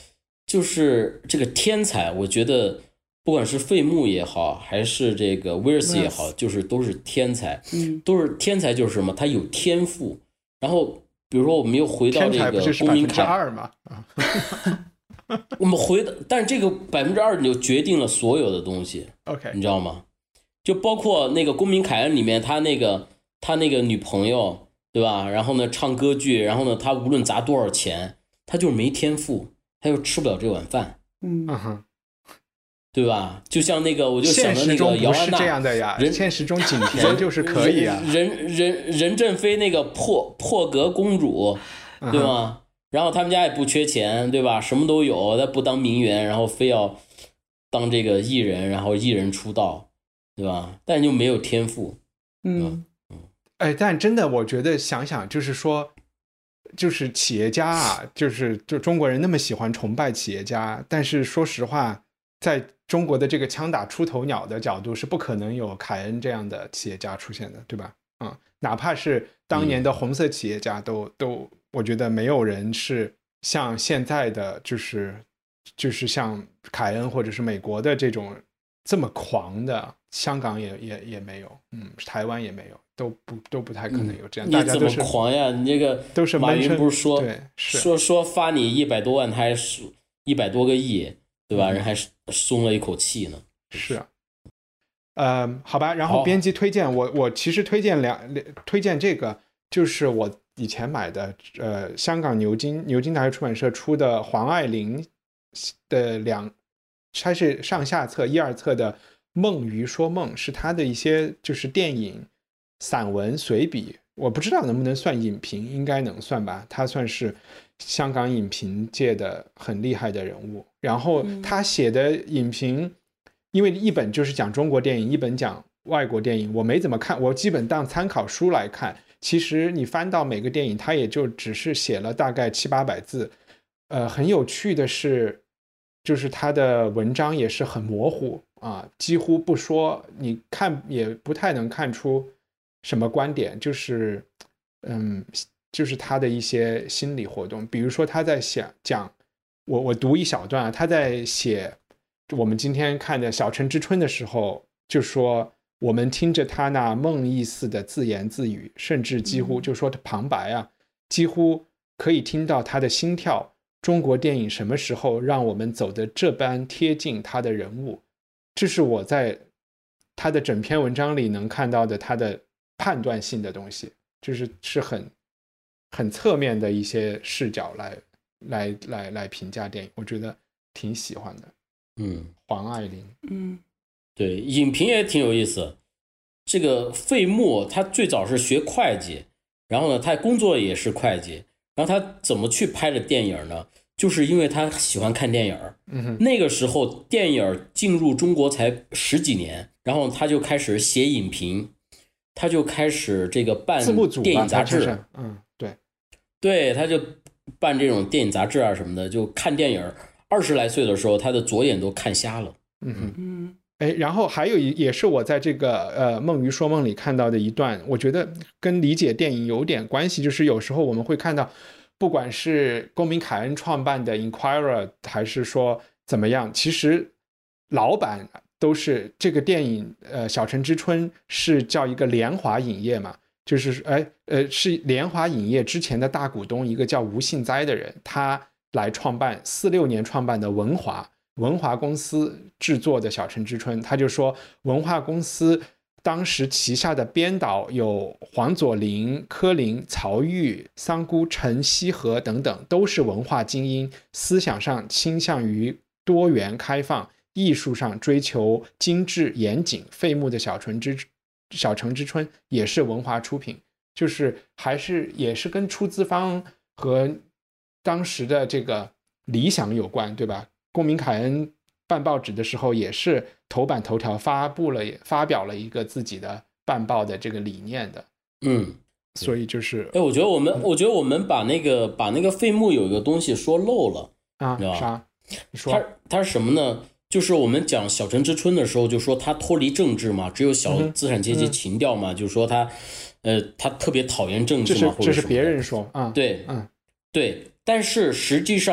就是这个天才，我觉得不管是费穆也好，还是这个威尔斯也好，就是都是天才， 嗯， 都是天才，就是什么？他有天赋。然后比如说我们又回到这个公民凯恩嘛， 我们回到，但是这个百分之二就决定了所有的东西。 OK， 你知道吗？就包括那个公民凯恩里面，他那个他那个女朋友，对吧？然后呢，唱歌剧，然后呢，他无论砸多少钱，他就是没天赋，他又吃不了这碗饭， 嗯哼， 对吧？就像那个，我就想到那个姚安娜， 现实中不是这样的呀，现实中景甜就是可以啊。 任任任正非那个破破格公主，对吗？嗯、然后他们家也不缺钱，对吧？什么都有，他不当名媛，然后非要当这个艺人，然后艺人出道。对吧？但又没有天赋， 嗯嗯，哎，但真的，我觉得想想，就是说，就是企业家啊，就是就中国人那么喜欢崇拜企业家，但是说实话，在中国的这个枪打出头鸟的角度，是不可能有凯恩这样的企业家出现的，对吧？嗯，哪怕是当年的红色企业家都，都、嗯、都，我觉得没有人是像现在的，就是就是像凯恩或者是美国的这种这么狂的。香港也也也没有，嗯，台湾也没有，都不都不太可能有这样。 嗯、 大家都是你怎么狂呀？你这个都是马云不是说对是说说发你一百多万，他还是一百多个亿，对吧？嗯、人还松了一口气呢。 是啊，呃，好吧。然后编辑推荐我，我其实推荐两推荐这个，就是我以前买的，呃，香港牛津牛津大学出版社出的黄爱玲的两，它是上下册一二册的。梦鱼说梦是他的一些就是电影散文随笔，我不知道能不能算影评，应该能算吧，他算是香港影评界的很厉害的人物。然后他写的影评，因为一本就是讲中国电影，一本讲外国电影，我没怎么看，我基本当参考书来看。其实你翻到每个电影，他也就只是写了大概七八百字。呃，很有趣的是，就是他的文章也是很模糊啊，几乎不说，你看也不太能看出什么观点，就是嗯，就是他的一些心理活动。比如说他在想讲，我我读一小段啊，他在写我们今天看的《小城之春》的时候，就说我们听着他那梦呓似的自言自语，甚至几乎就说旁白啊，几乎可以听到他的心跳。中国电影什么时候让我们走得这般贴近他的人物？这是我在他的整篇文章里能看到的他的判断性的东西，就是是很很侧面的一些视角来来来来评价电影，我觉得挺喜欢的。 嗯， 黄爱玲， 嗯， 对，影评也挺有意思。这个费穆他最早是学会计，然后呢，他工作也是会计，然后他怎么去拍的电影呢？就是因为他喜欢看电影， 嗯， 那个时候电影进入中国才十几年，然后他就开始写影评，他就开始这个办电影杂志， 嗯，对， 对，他就办这种电影杂志啊什么的，就看电影。二十来岁的时候，他的左眼都看瞎了。 嗯哼，嗯，哎，然后还有一也是我在这个呃《梦鱼说梦》里看到的一段，我觉得跟理解电影有点关系，就是有时候我们会看到。不管是公民凯恩创办的 Inquirer 还是说怎么样，其实老板都是这个电影呃《小城之春》是叫一个联华影业嘛，就是哎呃是联华影业之前的大股东一个叫吴信哉的人，他来创办四六年创办的文华文华公司制作的《小城之春》，他就说文化公司当时旗下的编导有黄佐临、柯林、曹郁、桑姑、陈希和等等，都是文化精英，思想上倾向于多元开放，艺术上追求精致严谨。费穆的小城之小城之春也是文华出品，就是还是也是跟出资方和当时的这个理想有关，对吧？公民凯恩办报纸的时候也是头版头条发布了发表了一个自己的办报的这个理念的。 嗯， 所以就是哎，我觉得我们、嗯、我觉得我们把那个把那个费穆有一个东西说漏了啊，啥？你说他他是什么呢？就是我们讲小城之春的时候就说他脱离政治嘛，只有小资产阶级情调嘛，嗯、就是说他呃他特别讨厌政治嘛，或者这是别人说啊， 对， 嗯， 对，但是实际上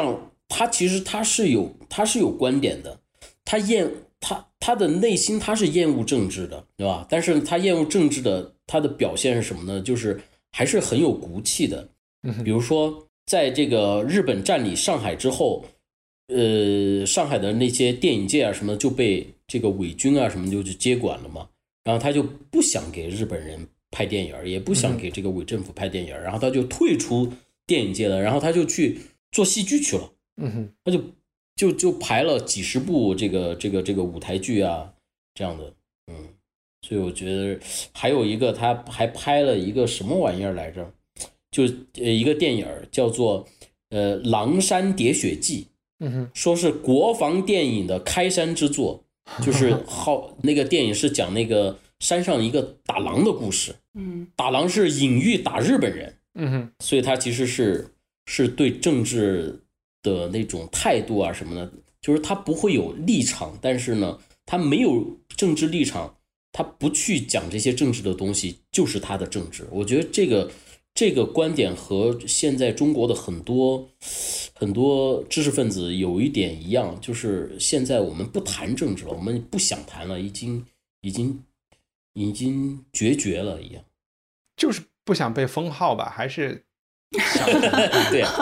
他其实他是有他是有观点的，他厌他他的内心他是厌恶政治的，对吧？但是他厌恶政治的他的表现是什么呢？就是还是很有骨气的。比如说在这个日本占领上海之后，呃，上海的那些电影界啊什么就被这个伪军啊什么就去接管了嘛，然后他就不想给日本人拍电影，也不想给这个伪政府拍电影，然后他就退出电影界了，然后他就去做戏剧去了。 嗯哼， 他就就就排了几十部这个这个这个舞台剧啊这样的。嗯，所以我觉得还有一个他还拍了一个什么玩意儿来着，就呃一个电影叫做呃《狼山喋血记》。 嗯哼， 说是国防电影的开山之作，就是好那个电影是讲那个山上一个打狼的故事。 嗯， 打狼是隐喻打日本人。 嗯哼， 所以他其实是是对政治的那种态度啊什么的，就是他不会有立场，但是呢，他没有政治立场，他不去讲这些政治的东西，就是他的政治。我觉得这个这个观点和现在中国的很多很多知识分子有一点一样，就是现在我们不谈政治了，我们不想谈了，已经已经已经决绝了一样， 就是不想被封号吧，还是想对啊。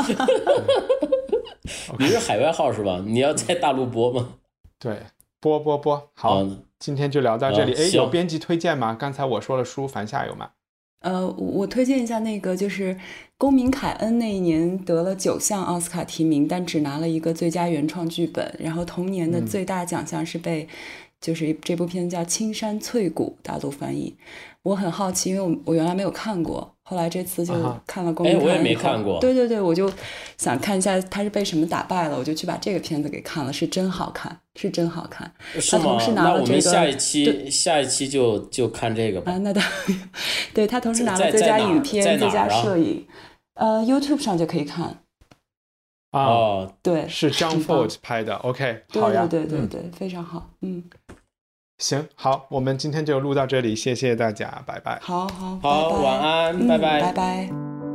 你是海外号是吧？你要在大陆播吗？ 对，播播播。好，嗯、今天就聊到这里。哎、嗯，有编辑推荐吗？刚才我说了书，樊夏有吗？ 呃，我推荐一下那个，就是公民凯恩那一年得了九项奥斯卡提名，但只拿了一个最佳原创剧本。然后同年的最大奖项是被，嗯、就是这部片叫《青山翠谷》，大陆翻译。我很好奇，因为我我原来没有看过，后来这次就看了公民凯恩。 哎，我也没看过。 对对对，我就想看一下他是被什么打败了，我就去把这个片子给看了，是真好看，是真好看。 是吗？ 他同时拿了这个， 那我们下一期下一期就就看这个吧。 啊，那当然，对他同时拿了最佳影片、最佳摄影，呃 ，YouTube 上就可以看。 哦， 对， 是张 Ford 拍的 ，OK， 好呀， 对对对对对，非常好，嗯。 行，好，我们今天就录到这里，谢谢大家，拜拜。 好好好， 拜拜晚安，拜拜， 嗯、拜拜。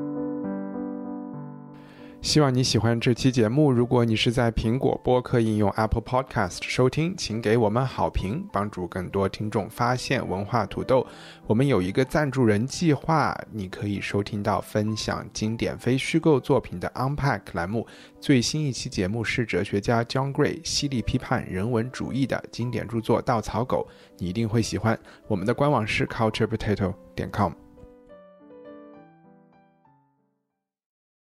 希望你喜欢这期节目。如果你是在苹果播客应用 Apple Podcast 收听，请给我们好评，帮助更多听众发现文化土豆。我们有一个赞助人计划，你可以收听到分享经典非虚构作品的 Unpack 栏目。最新一期节目是哲学家 John Gray 犀利批判人文主义的经典著作《稻草狗》，你一定会喜欢。我们的官网是 culture potato 点 com。